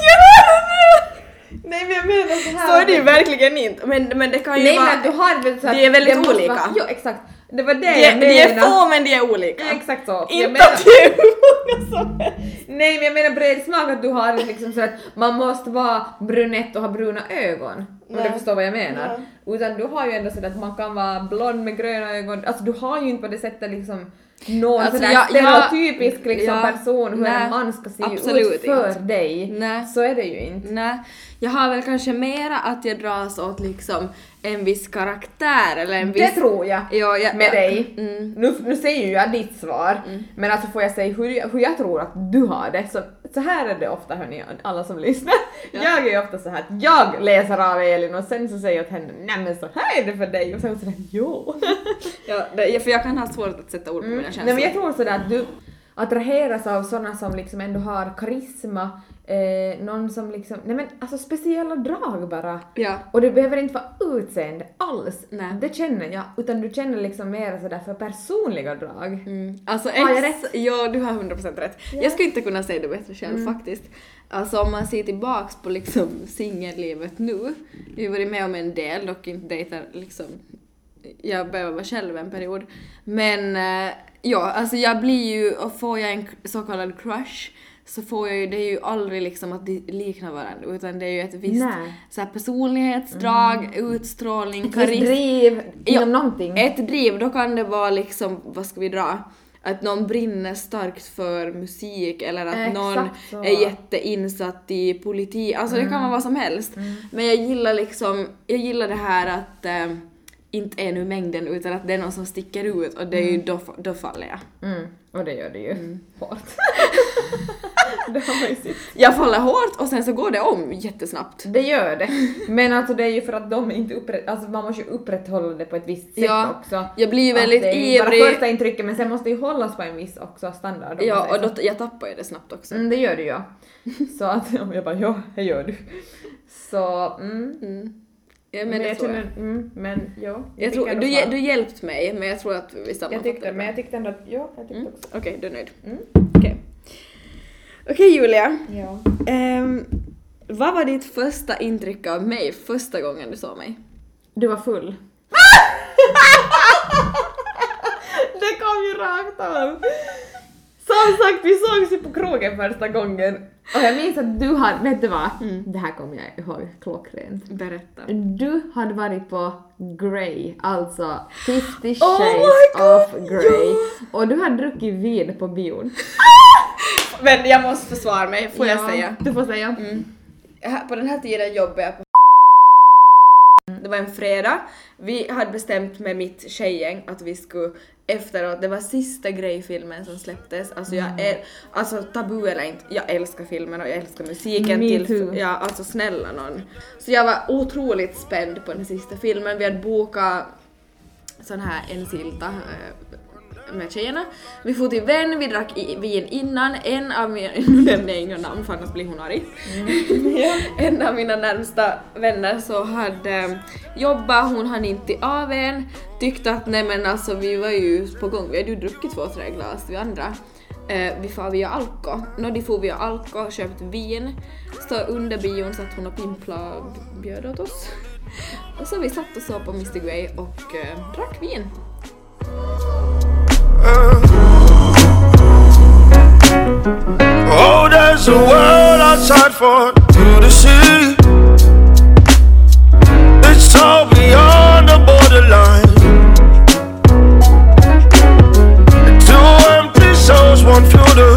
Nej, men jag menar så här. Så är det ju verkligen inte. Men det kan ju Nej, vara... men du har väl så här, de är väldigt det måste olika. Vara, ja, exakt. Det var det De jag menade. är få men de är olika. Ja, exakt så. Inte att det är hur många som helst. Nej, men jag menar bred smak att du har liksom så att man måste vara brunett och ha bruna ögon. Om du förstår vad jag menar. Utan du har ju ändå så att man kan vara blond med gröna ögon. Alltså du har ju inte på det sättet liksom någon alltså, sådär stereotypisk liksom person hur en man ska se ut för inte. dig. Nej. Så är det ju inte. Nej, jag har väl kanske mera att jag dras åt liksom en viss karaktär eller en viss... Det tror jag. Ja, med dig. Nu säger ju jag ditt svar. Men alltså får jag säga hur jag tror att du har det. Så här är det ofta, hörni, alla som lyssnar. Ja. Jag är ju ofta så här att jag läser av Elin och sen så säger jag åt henne, nej men så här är det för dig. Och sen så där, jo. För jag kan ha svårt att sätta ord på mina känslor. Nej, men jag tror sådär att du attraheras av sådana som liksom ändå har karisma, någon som liksom, nej men alltså speciella drag bara. Ja. Och det behöver inte vara utseende alls. Nej. Det känner jag, utan du känner liksom mer sådär för personliga drag. Alltså har jag rätt? Ja, du har 100% rätt. Ja. Jag skulle inte kunna säga det bättre själv faktiskt. Alltså om man ser tillbaks på liksom singellivet nu. Vi har varit med om en del, dock inte dejtar liksom. Jag behöver vara själv en period. Men ja, alltså jag blir ju, och får jag en så kallad crush så får jag ju, det är ju aldrig liksom att de liknar varandra utan det är ju ett visst så här personlighetsdrag, utstrålning, karism. Ett driv inom någonting. Ett driv, då kan det vara liksom, vad ska vi dra? Att någon brinner starkt för musik eller att någon är jätteinsatt i politik. Alltså det kan vara vad som helst. Men jag gillar det här att inte är nu mängden utan att det är någon som sticker ut och det är ju då faller jag. Och det gör det ju hårt. Det har man ju sett. Jag faller hårt och sen så går det om jättesnabbt. Det gör det. Men alltså det är ju för att de inte alltså man måste ju upprätthålla det på ett visst sätt också. Jag blir ju väldigt ivrig. Det är ju bara första intrycket men sen måste ju hållas på en viss också standard. Ja, och då, jag tappar ju det snabbt också. Det gör du ju. Så att jag bara, ja, det gör du. Så, Ja, men det tror jag. Men ja. Jag tror, du hjälpt mig, men jag tror att vi sammanfattar. Men jag tyckte ändå att, jag tyckte också. Okej, du är nöjd. Okej, Julia. Ja. Vad var ditt första intryck av mig första gången du såg mig? Du var full. Det kom ju rakt av. Som sagt, vi sågs ju på krogen första gången. Och jag minns att du hade, vet du vad? Det här kommer jag ihåg klockrent. Berätta. Du hade varit på Grey, alltså 50 Shades of Grey. Och du hade druckit vin på bion. Men jag måste försvara mig, får jag säga. Du får säga. På den här tiden jobbade jag på det var en fredag. Vi hade bestämt med mitt tjejgäng att vi skulle efteråt, det var sista Grey-filmen som släpptes. Alltså alltså tabu eller inte, jag älskar filmen och jag älskar musiken. Me too. Ja, alltså snälla någon. Så jag var otroligt spänd på den sista filmen. Vi hade bokat sån här en silta med tjejerna. Vi får till vän, vi drack vin innan. En av mina, nu nämner jag inga namn för annars blir hon arg. En av mina närmsta vänner så hade jobbat, hon hade inte av en. Tyckte att nej men alltså vi var ju på gång, vi hade ju druckit 2-3 glas vi andra. Vi får via alko. De får via alko, köpt vin. Så under bion satt hon och pimpla och bjöd åt oss. Och så vi satt och så på Mr. Grey och drack vin. Oh, there's a world outside for you to see. It's all beyond the borderline. Two empty souls, one fuel to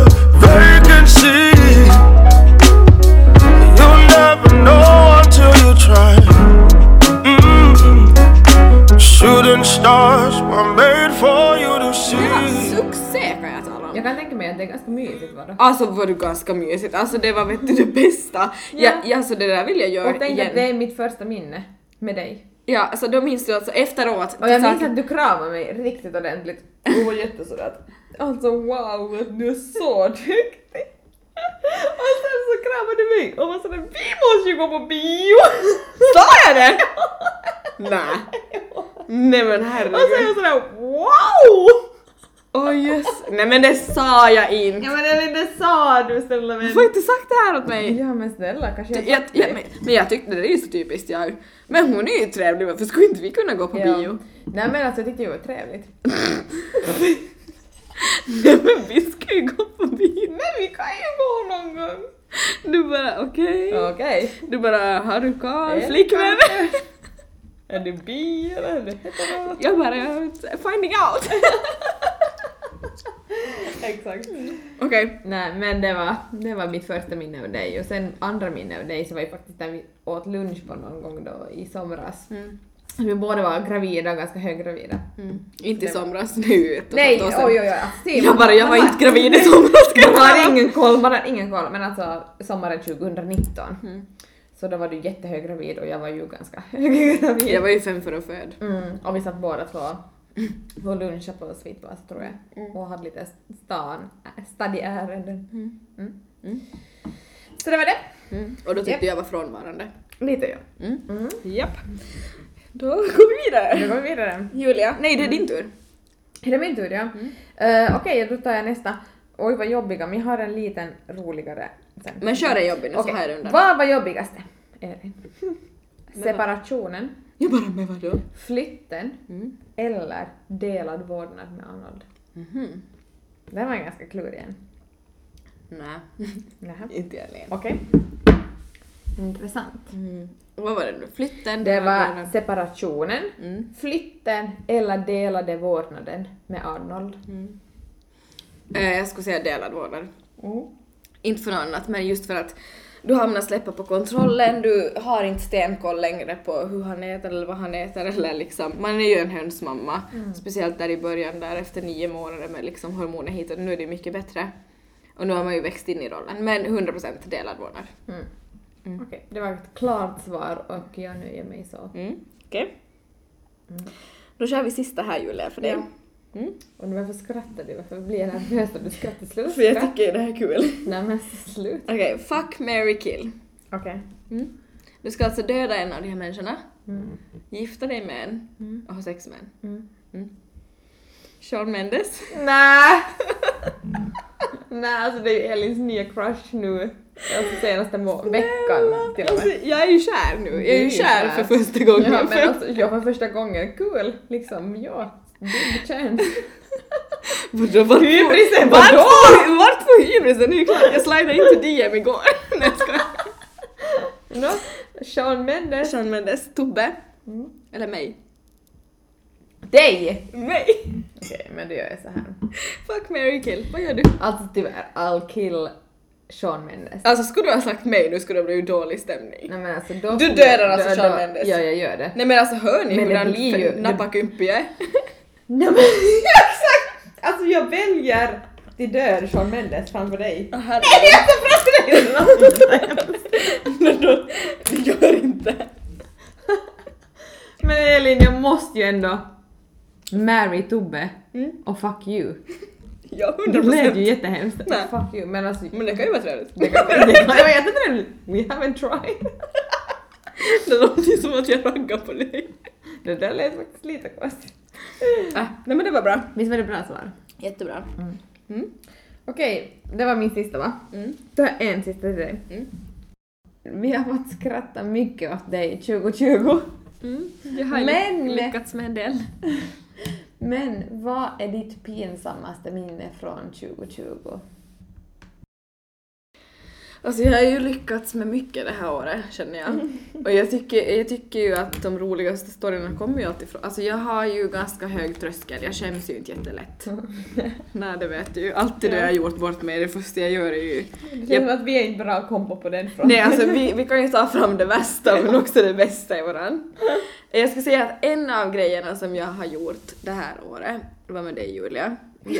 stars were made for you to Det var see. succé kan jag tala om. Jag kan tänka mig att det är ganska mysigt var det. Alltså var det ganska mysigt, alltså det var vet du det bästa. Ja. Alltså det där vill jag göra Och tänk igen. att det är mitt första minne med dig. Ja, alltså då minns du alltså efteråt. Och jag minns att du kramade mig riktigt ordentligt. Du var jättesådär att alltså wow, du är så duktig. Och sen så kramade du mig och var sådär, vi måste ju gå på bio! Sa jag det? Nej. Nej men herregud. Och så är jag sådär, wow! Yes. Nej men det sa jag inte. Ja men eller det sa du snälla men. Du får inte sagt det här åt mig. Ja men snälla kanske jag sagt det. Men jag tyckte det är ju så typiskt jag. Men hon är ju trevlig, varför skulle inte vi kunna gå på bio? Nej men alltså jag tyckte det var trevligt. Nej men vi ska ju gå på bio. Men vi kan ju gå någon gång. Du bara okej. Okej. Du bara, har du Karl flickvän? Är du bi eller är du hetero? Jag bara, finding out. Exakt. Okej. Nej men det var mitt första minne av dig och sen andra minne av dig så var ju faktiskt när vi åt lunch på någon gång då i somras. Vi båda var gravida, ganska höggravida. Inte i somras, det är ju ett och Nej, ett år sedan. oj. Jag var inte gravid i somras. Man har ingen koll, men alltså sommaren 2019. Så då var du jättehöggravid och jag var ju ganska höggravid. Jag var ju 5 för att föd. Och vi satt båda två på lunch på Sweetbus tror jag. Och hade lite stadieärenden. Så det var det. Och då tyckte jag var frånvarande. Lite ja. Japp. Då går vi vidare. Då går vi vidare. Julia, nej det är din tur. Är det min tur ja? Okej, då tar jag nästa. Oj vad jobbiga, men jag har en liten roligare sen. Men kör en jobbig nu så Okej, här undan. vad var jobbigaste? Separationen, Jag bara, men vadå? flytten eller delad vårdnad med Arnold? Det var en ganska klurig igen. Nej, Jaha. inte jag Lena. Okej. Intressant. Vad var det nu? Flytten? Det var separationen, flytten eller delade vårdnaden med Arnold. Jag skulle säga delad vårdnad. Inte för något annat, men just för att du hamnar släppa på kontrollen, du har inte stenkoll längre på hur han äter eller vad han äter eller liksom, man är ju en hönsmamma, speciellt där i början där efter 9 månader med liksom hormoner hit och nu är det mycket bättre. Och nu har man ju växt in i rollen, men 100% delad vårdnad. Okej, det var ett klart svar och jag nöjer mig så. Okej. Då kör vi sista här Julia för det. Och varför skrattar du? Varför blir jag nervös när du skrattar? Sluta. För jag tycker det här är kul. Nej men sluta. Okej, fuck, marry, kill. Okej. Du ska alltså döda en av de här människorna, gifta dig med en och ha sex med en. Shawn Mendes. Nej! Nej, alltså det är ju Elins nya crush nu. Alltså senaste veckan till och Alltså, med. jag är ju kär nu. Jag är ju kär kär. för första gången. Ja, men alltså, jag för första gången. Kul, liksom. Ja, big chance. Hybrisen, vadå? Vart får hybrisen? Det är ju klart, jag slidade inte DM igår. Nej, jag skojar. No, Shawn Mendes. Shawn Mendes, Tobbe. Eller mig. Dig! Mig. Okej, men då gör jag så här. Fuck, marry, kill. Vad gör du? Alltså tyvärr, I'll kill Shawn Mendes. Alltså skulle du ha sagt mig nu skulle det bli dålig stämning. Nej men alltså då... Du dödar alltså Shawn Mendes? Ja, jag gör det. Nej men alltså hör ni Men hur det den blir ju- nappakumpi är? Nej men exakt! Alltså jag väljer till död Shawn Mendes framför dig. Nej, jag ska framför dig! Det gör inte. Men Elin, jag måste ju ändå marry Tobbe och fuck you. Ja, Det blev ju 100%. jättehemskt. Nej. Fuck you, men alltså... Men det kan ju vara trevligt. Det var jättetrevligt. We haven't tried. Det låter som att jag raggar på dig. Det där lät faktiskt lite konstigt. Nej men det var bra. Visst var det bra svar? Jättebra. Okej, det var min sista va? Då har jag en sista till dig. Vi har fått skratta mycket åt dig 2020. Jag har Men- lyckats med en del. Men vad är ditt pinsammaste minne från 2020? Alltså jag har ju lyckats med mycket det här året, känner jag. Och jag tycker ju att de roligaste storyna kommer ju alltid ifrån. Alltså jag har ju ganska hög tröskel, jag skäms ju inte jättelätt. Nej, det vet du ju. Alltid det jag har gjort bort mig, det första jag gör är ju... Det känns som att vi är inte bra kombo på den fronten. Nej, alltså vi kan ju ta fram det värsta men också det bästa i varann. Jag ska säga att en av grejerna som jag har gjort det här året, det var med dig Julia.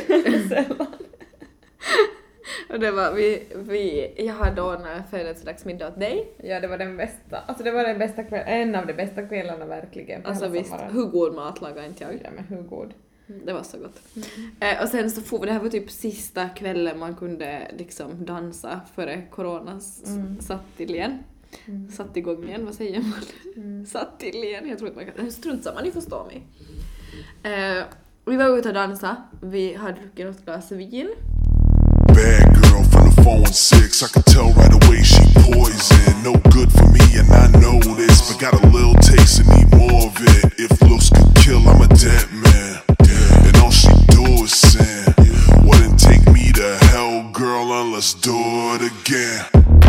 Och det var jag hade ordnat en födelsedagsmiddag åt dig. Ja, det var den bästa. Alltså det var den bästa kvällen, en av de bästa kvällarna verkligen. Alltså visst, hur god mat lagade inte jag? Ja, men hur god. Det var så gott. Och sen så det här var typ sista kvällen man kunde liksom dansa före coronas satt igen. Satt igång igen, vad säger man? Satt till igen, jag tror inte man kan... Strunt samma, ni förstår mig. Vi var ute och dansa, vi hade druckit något glas vin. Bad girl from the 416, I can tell right away she poison. No good for me and I know this, but got a little taste and need more of it. If looks could kill, I'm a dead man. And all she do is sin. Wouldn't take me to hell, girl, and let's do it again.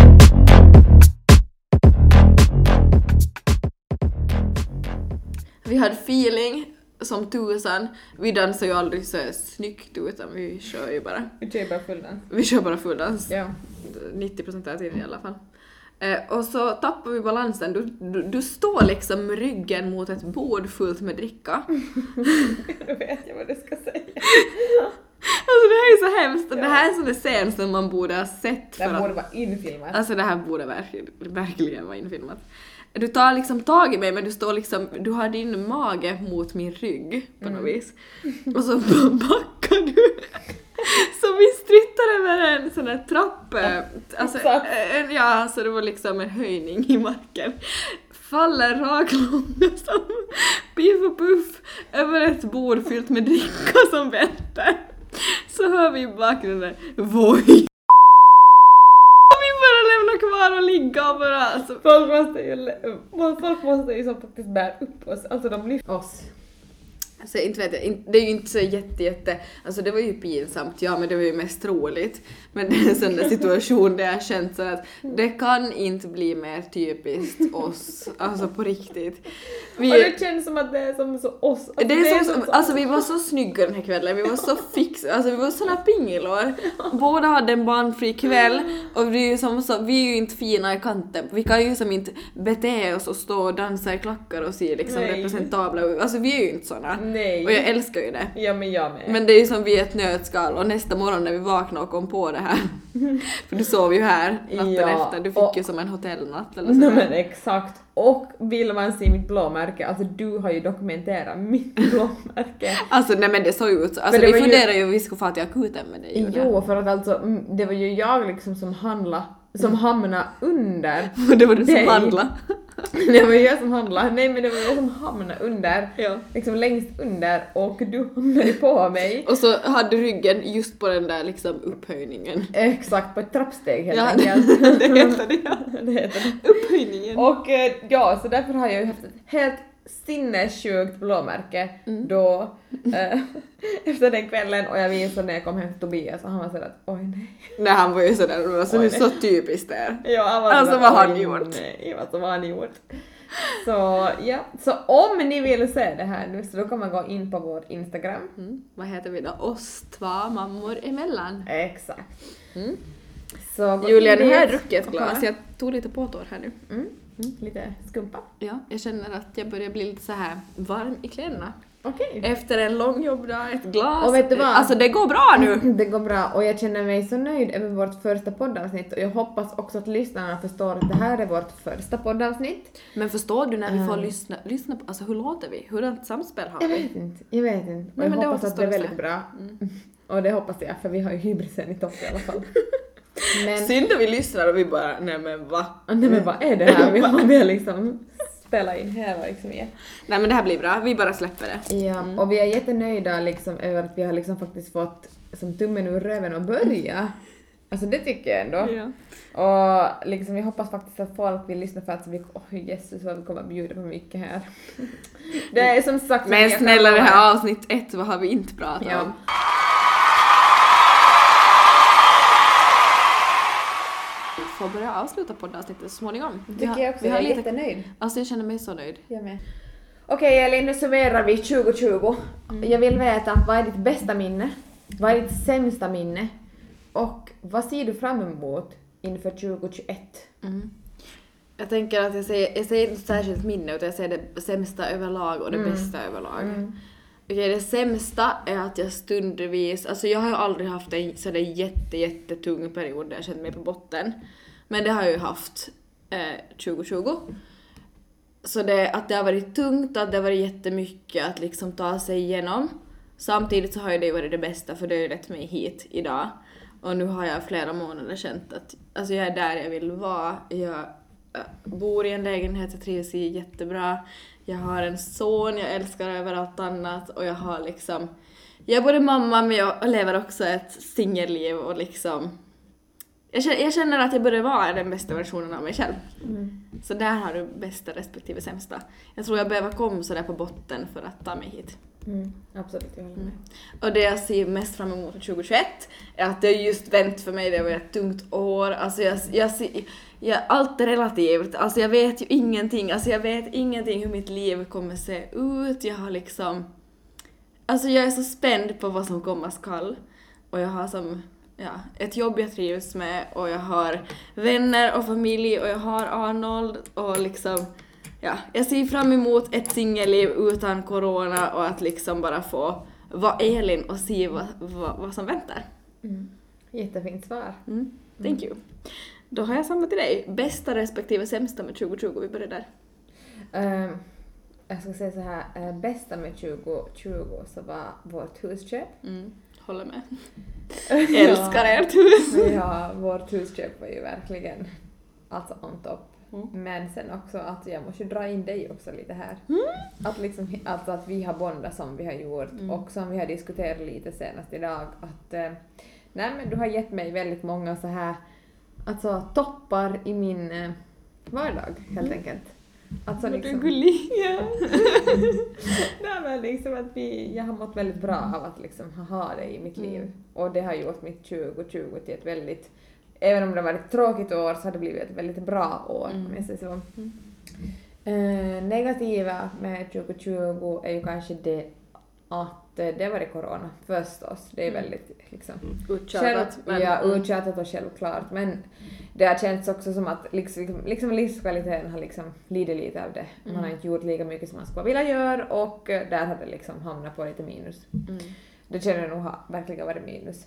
Vi hade feeling som tusan. Vi dansar ju aldrig så snyggt utan vi kör ju bara. Vi kör bara fulldans. Vi kör bara fulldans. Ja. 90% av tiden i alla fall. Och så tappar vi balansen. Du står liksom med ryggen mot ett bord fullt med dricka. Då vet jag vad du ska säga. Alltså det här är så hemskt. Ja. Det här är en sån där scen som man borde ha sett. Det borde vara infilmat. Alltså det här borde verkligen vara infilmat. Du tar liksom tag i mig men du står liksom, du har din mage mot min rygg på något vis. Och så backar du. Så vi strittar över en sån här trapp. Alltså, ja, så det var liksom en höjning i marken. Faller raklånga som Piff och Puff över ett bord fyllt med dricka som väntar. Så hör vi i bakgrunden Voj. Kvar och ligga och bara alltså. Folk måste ju så faktiskt bära upp oss, alltså de lyfter oss. Alltså inte vet jag, det är ju inte så jätte, alltså det var ju pinsamt, ja men det var ju mest roligt. Men det är en sån där situation där jag känt så att det kan inte bli mer typiskt oss, alltså på riktigt. Och det känns som att det är som så oss. Alltså, det är som, alltså vi var så snygga den här kvällen, vi var så fix, alltså vi var såna pingilor. Båda hade en barnfri kväll och vi är ju som så, vi är ju inte fina i kanten. Vi kan ju som inte bete oss och stå och dansa i klackar och se liksom representabla ut. Alltså vi är ju inte såna. Nej. Och jag älskar ju det. Ja, men jag med. Men det är ju som vi är ett nötskal och nästa morgon när vi vaknade och kom på det här. För du sov ju här natten efter. Du fick ju som en hotellnatt eller så. Nej, men exakt. Och vill man se mitt blåmärke, alltså du har ju dokumenterat mitt blåmärke. Alltså nej men det såg ut så. Alltså vi funderar ju om vi skulle få till akuten med dig. Jo, för att alltså det var ju jag liksom som hamnade under. Det var du som handlade. Det var jag som handlade. Nej, men det var jag som hamnade under. Ja. Liksom längst under och du hamnade på mig. Och så hade ryggen just på den där liksom upphöjningen. Exakt, på ett trappsteg helt enkelt. Det heter det, ja. Det heter det. Upphöjningen. Och ja, så därför har jag ju haft ett helt sinnessjukt blåmärke då efter den kvällen, och jag visade när jag kom hem till Tobias och han var sådär att oj nej. Nej, han var ju sådär, alltså det är så typiskt där. Ja, han var alltså sådär, vad han gjort. Nej, vad han gjort. Så ja, så om ni vill se det här nu så då kan man gå in på vår Instagram. Vad heter vi då? Oss två mammor emellan. Exakt. Så Julia, det här är druckit ett glas. Jag tog lite påtår här nu. Lite skumpa. Ja, jag känner att jag börjar bli lite så här varm i kläderna. Okej. Efter en lång jobbdag, ett glas. Och vet du vad? Alltså det går bra nu. Det går bra och jag känner mig så nöjd över vårt första poddavsnitt och jag hoppas också att lyssnarna förstår att det här är vårt första poddavsnitt. Men förstår du när vi får lyssna på, alltså hur låter vi? Hurdant samspel har vi? Jag vet inte. Och jag hoppas att det är väldigt bra. Och det hoppas jag, för vi har ju hybrisen i topp i alla fall. Men synd att vi lyssnar och vi bara, nej men va? Nej men vad är det här? Vi har liksom spela in här liksom igen. Nej men det här blir bra, vi bara släpper det. Ja, och vi är jättenöjda liksom över att vi har liksom faktiskt fått som tummen ur röven och börja. Alltså det tycker jag ändå. Ja. Och liksom jag hoppas faktiskt att folk vill lyssna för att vi, Jesus vad vi kommer att bjuda på mycket här. Det är som sagt. Men snälla det här avsnitt 1, vad har vi inte pratat om? få börja avsluta poddavsnittet så småningom. Tycker jag också, jag är jättenöjd. Alltså jag känner mig så nöjd. Jag med. Okej Elin, nu summerar vi 2020. Jag vill veta, vad är ditt bästa minne? Vad är ditt sämsta minne? Och vad ser du fram emot inför 2021? Jag tänker att jag säger inte särskilt minne, utan jag säger det sämsta överlag och det bästa överlag. Okej, det sämsta är att jag stundvis, alltså jag har ju aldrig haft en sådär jättetung period där jag kände mig på botten. Men det har jag ju haft 2020. Så att det har varit tungt, att det har varit jättemycket att liksom ta sig igenom. Samtidigt så har ju det varit det bästa, för det har ju lett mig hit idag. Och nu har jag flera månader känt att alltså jag är där jag vill vara. Jag bor i en lägenhet, jag trivs i jättebra. Jag har en son, jag älskar över allt annat. Och jag har liksom, jag är både mamma men jag lever också ett singelliv och liksom jag känner att jag börjar vara den bästa versionen av mig själv. Så där har du bästa respektive sämsta. Jag tror jag behöver komma så där på botten för att ta mig hit. Absolut, jag håller med. Och det jag ser mest fram emot 2021 är att det är just vänt för mig. Det var ett tungt år. Alltså allt är relativt. Alltså jag vet ju ingenting. Alltså jag vet ingenting hur mitt liv kommer se ut. Jag har liksom... Alltså jag är så spänd på vad som komma skall. Och jag har ett jobb jag trivs med. Och jag har vänner och familj. Och jag har Arnold. Och liksom... Ja, jag ser fram emot ett singelliv utan corona och att liksom bara få vara Elin och se vad som väntar. Jättefint svar. Thank you. Då har jag samma till dig. Bästa respektive sämsta med 2020, vi börjar där. Jag ska säga så här, bästa med 2020 så var vårt husköp. Håller med. Älskar ert hus. Ja, vårt husköp var ju verkligen alltså on top. Men sen också att jag måste dra in dig också lite här. Att liksom att vi har bondat som vi har gjort och som vi har diskuterat lite senast idag att nej men du har gett mig väldigt många så här alltså toppar i min vardag helt enkelt. Alltså liksom Du är gullig. nej men liksom att jag har mått väldigt bra av att liksom ha det i mitt liv och det har gjort mitt 2020 till ett väldigt, även om det har varit ett tråkigt år så har det blivit ett väldigt bra år om jag säger så. Negativa med 2020 är ju kanske det att det var det corona förstås. Det är väldigt liksom Uttjatat. uttjatat och självklart. Men det har känts också som att liksom livskvaliteten har liksom lidit lite av det. Man har inte gjort lika mycket som man skulle vilja göra och där har det liksom hamnat på lite minus. Det känner jag nog verkligen varit minus.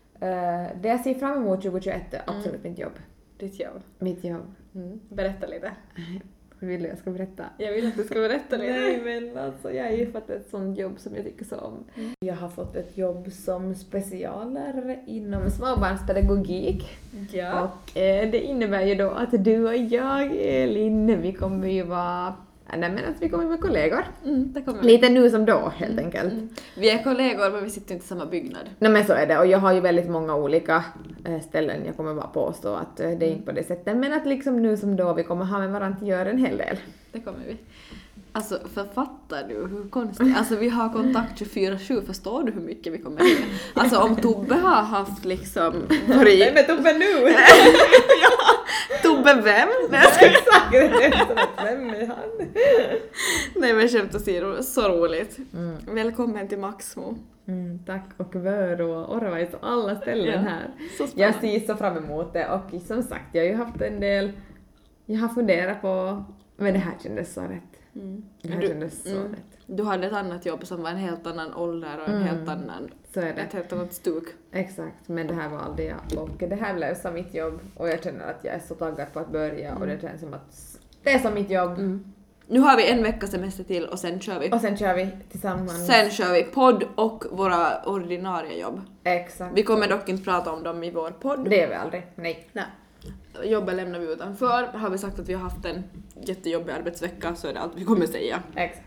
Det jag ser fram emot 2021 är absolut mitt jobb. Ditt jobb. Mitt jobb. Berätta lite. Vill du jag ska berätta? Jag vill att du ska berätta lite. Nej men alltså jag har ju fått ett sånt jobb som jag tycker så om. Jag har fått ett jobb som speciallärare inom småbarnspedagogik. Ja. Och det innebär ju då att du och jag, Elin, vi kommer ju vara... Nej men att vi kommer vara kollegor. Det kommer vi. Lite nu som då helt enkelt. Vi är kollegor men vi sitter inte i samma byggnad. Nej men så är det och jag har ju väldigt många olika ställen jag kommer bara påstå att det är inte på det sättet. Men att liksom nu som då vi kommer ha med varandra att göra en hel del. Det kommer vi. Alltså författar du hur konstigt? Alltså vi har kontakt 24/7, förstår du hur mycket vi kommer med? Alltså om Tobbe har haft liksom... Nej men Tobbe nu! Ja, Tobbe vem? Exakt, vem är han? Nej men skämt åsido, så roligt. Välkommen till Maxmo. Tack och Vörå och Orvais och alla ställen här. Så jag ser så fram emot det och som sagt jag har ju haft en del, jag har funderat på, men det här kändes så rätt. Det här kändes så rätt. Du hade ett annat jobb som var en helt annan ålder och en helt annan, så är det. ett helt annat stuk. Exakt, men det här valde jag och det här blev som mitt jobb och jag känner att jag är så taggad på att börja och det känns som att det är som mitt jobb. Nu har vi en vecka semester till och sen kör vi. Och sen kör vi tillsammans. Sen kör vi podd och våra ordinarie jobb. Exakt. Vi kommer dock inte prata om dem i vår podd. Det gör vi aldrig, nej. Jobben lämnar vi utanför. Har vi sagt att vi har haft en jättejobbig arbetsvecka så är det allt vi kommer säga. Exakt.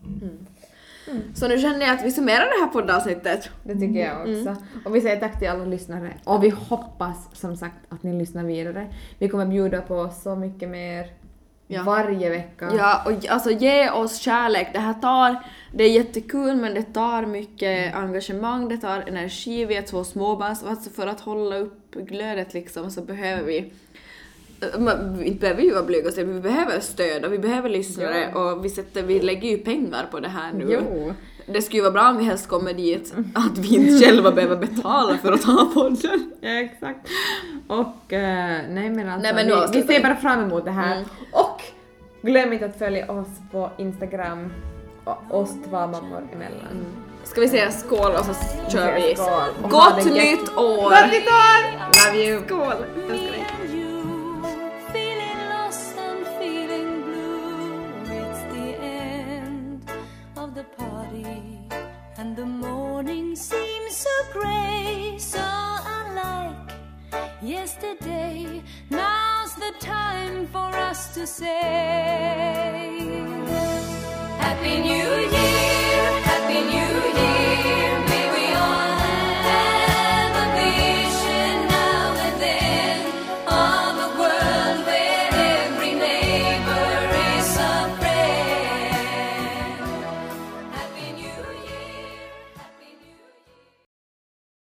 Så nu känner jag att vi summerar det här poddavsnittet. Det tycker jag också. Och vi säger tack till alla lyssnare. Och vi hoppas som sagt att ni lyssnar vidare. Vi kommer bjuda på så mycket mer varje vecka. Ja, och alltså ge oss kärlek. Det är jättekul men det tar mycket engagemang, det tar energi. Vi är två småbarn, så alltså för att hålla upp glödet liksom så behöver vi inte behöver ju vara blyga och säga, vi behöver stöd och vi behöver lyssnare och vi lägger ju pengar på det här nu. Jo. Det skulle ju vara bra om vi helst kommer dit att vi inte själva behöver betala för att ta podden. Ja, exakt. Och nej men alltså, Nej, men vi ser bara fram emot det här. Och glöm inte att följa oss på Instagram och oss två mammor emellan. Ska vi säga skål och så kör vi. Skål. Och ha Gott det nytt år! Gott nytt år! Love you! Skål! Älskar dig. Feeling lost and feeling blue. It's the end of the party, and the morning seems so grey, so unlike yesterday. Now's the time for us to say Happy New Year, Happy New Year.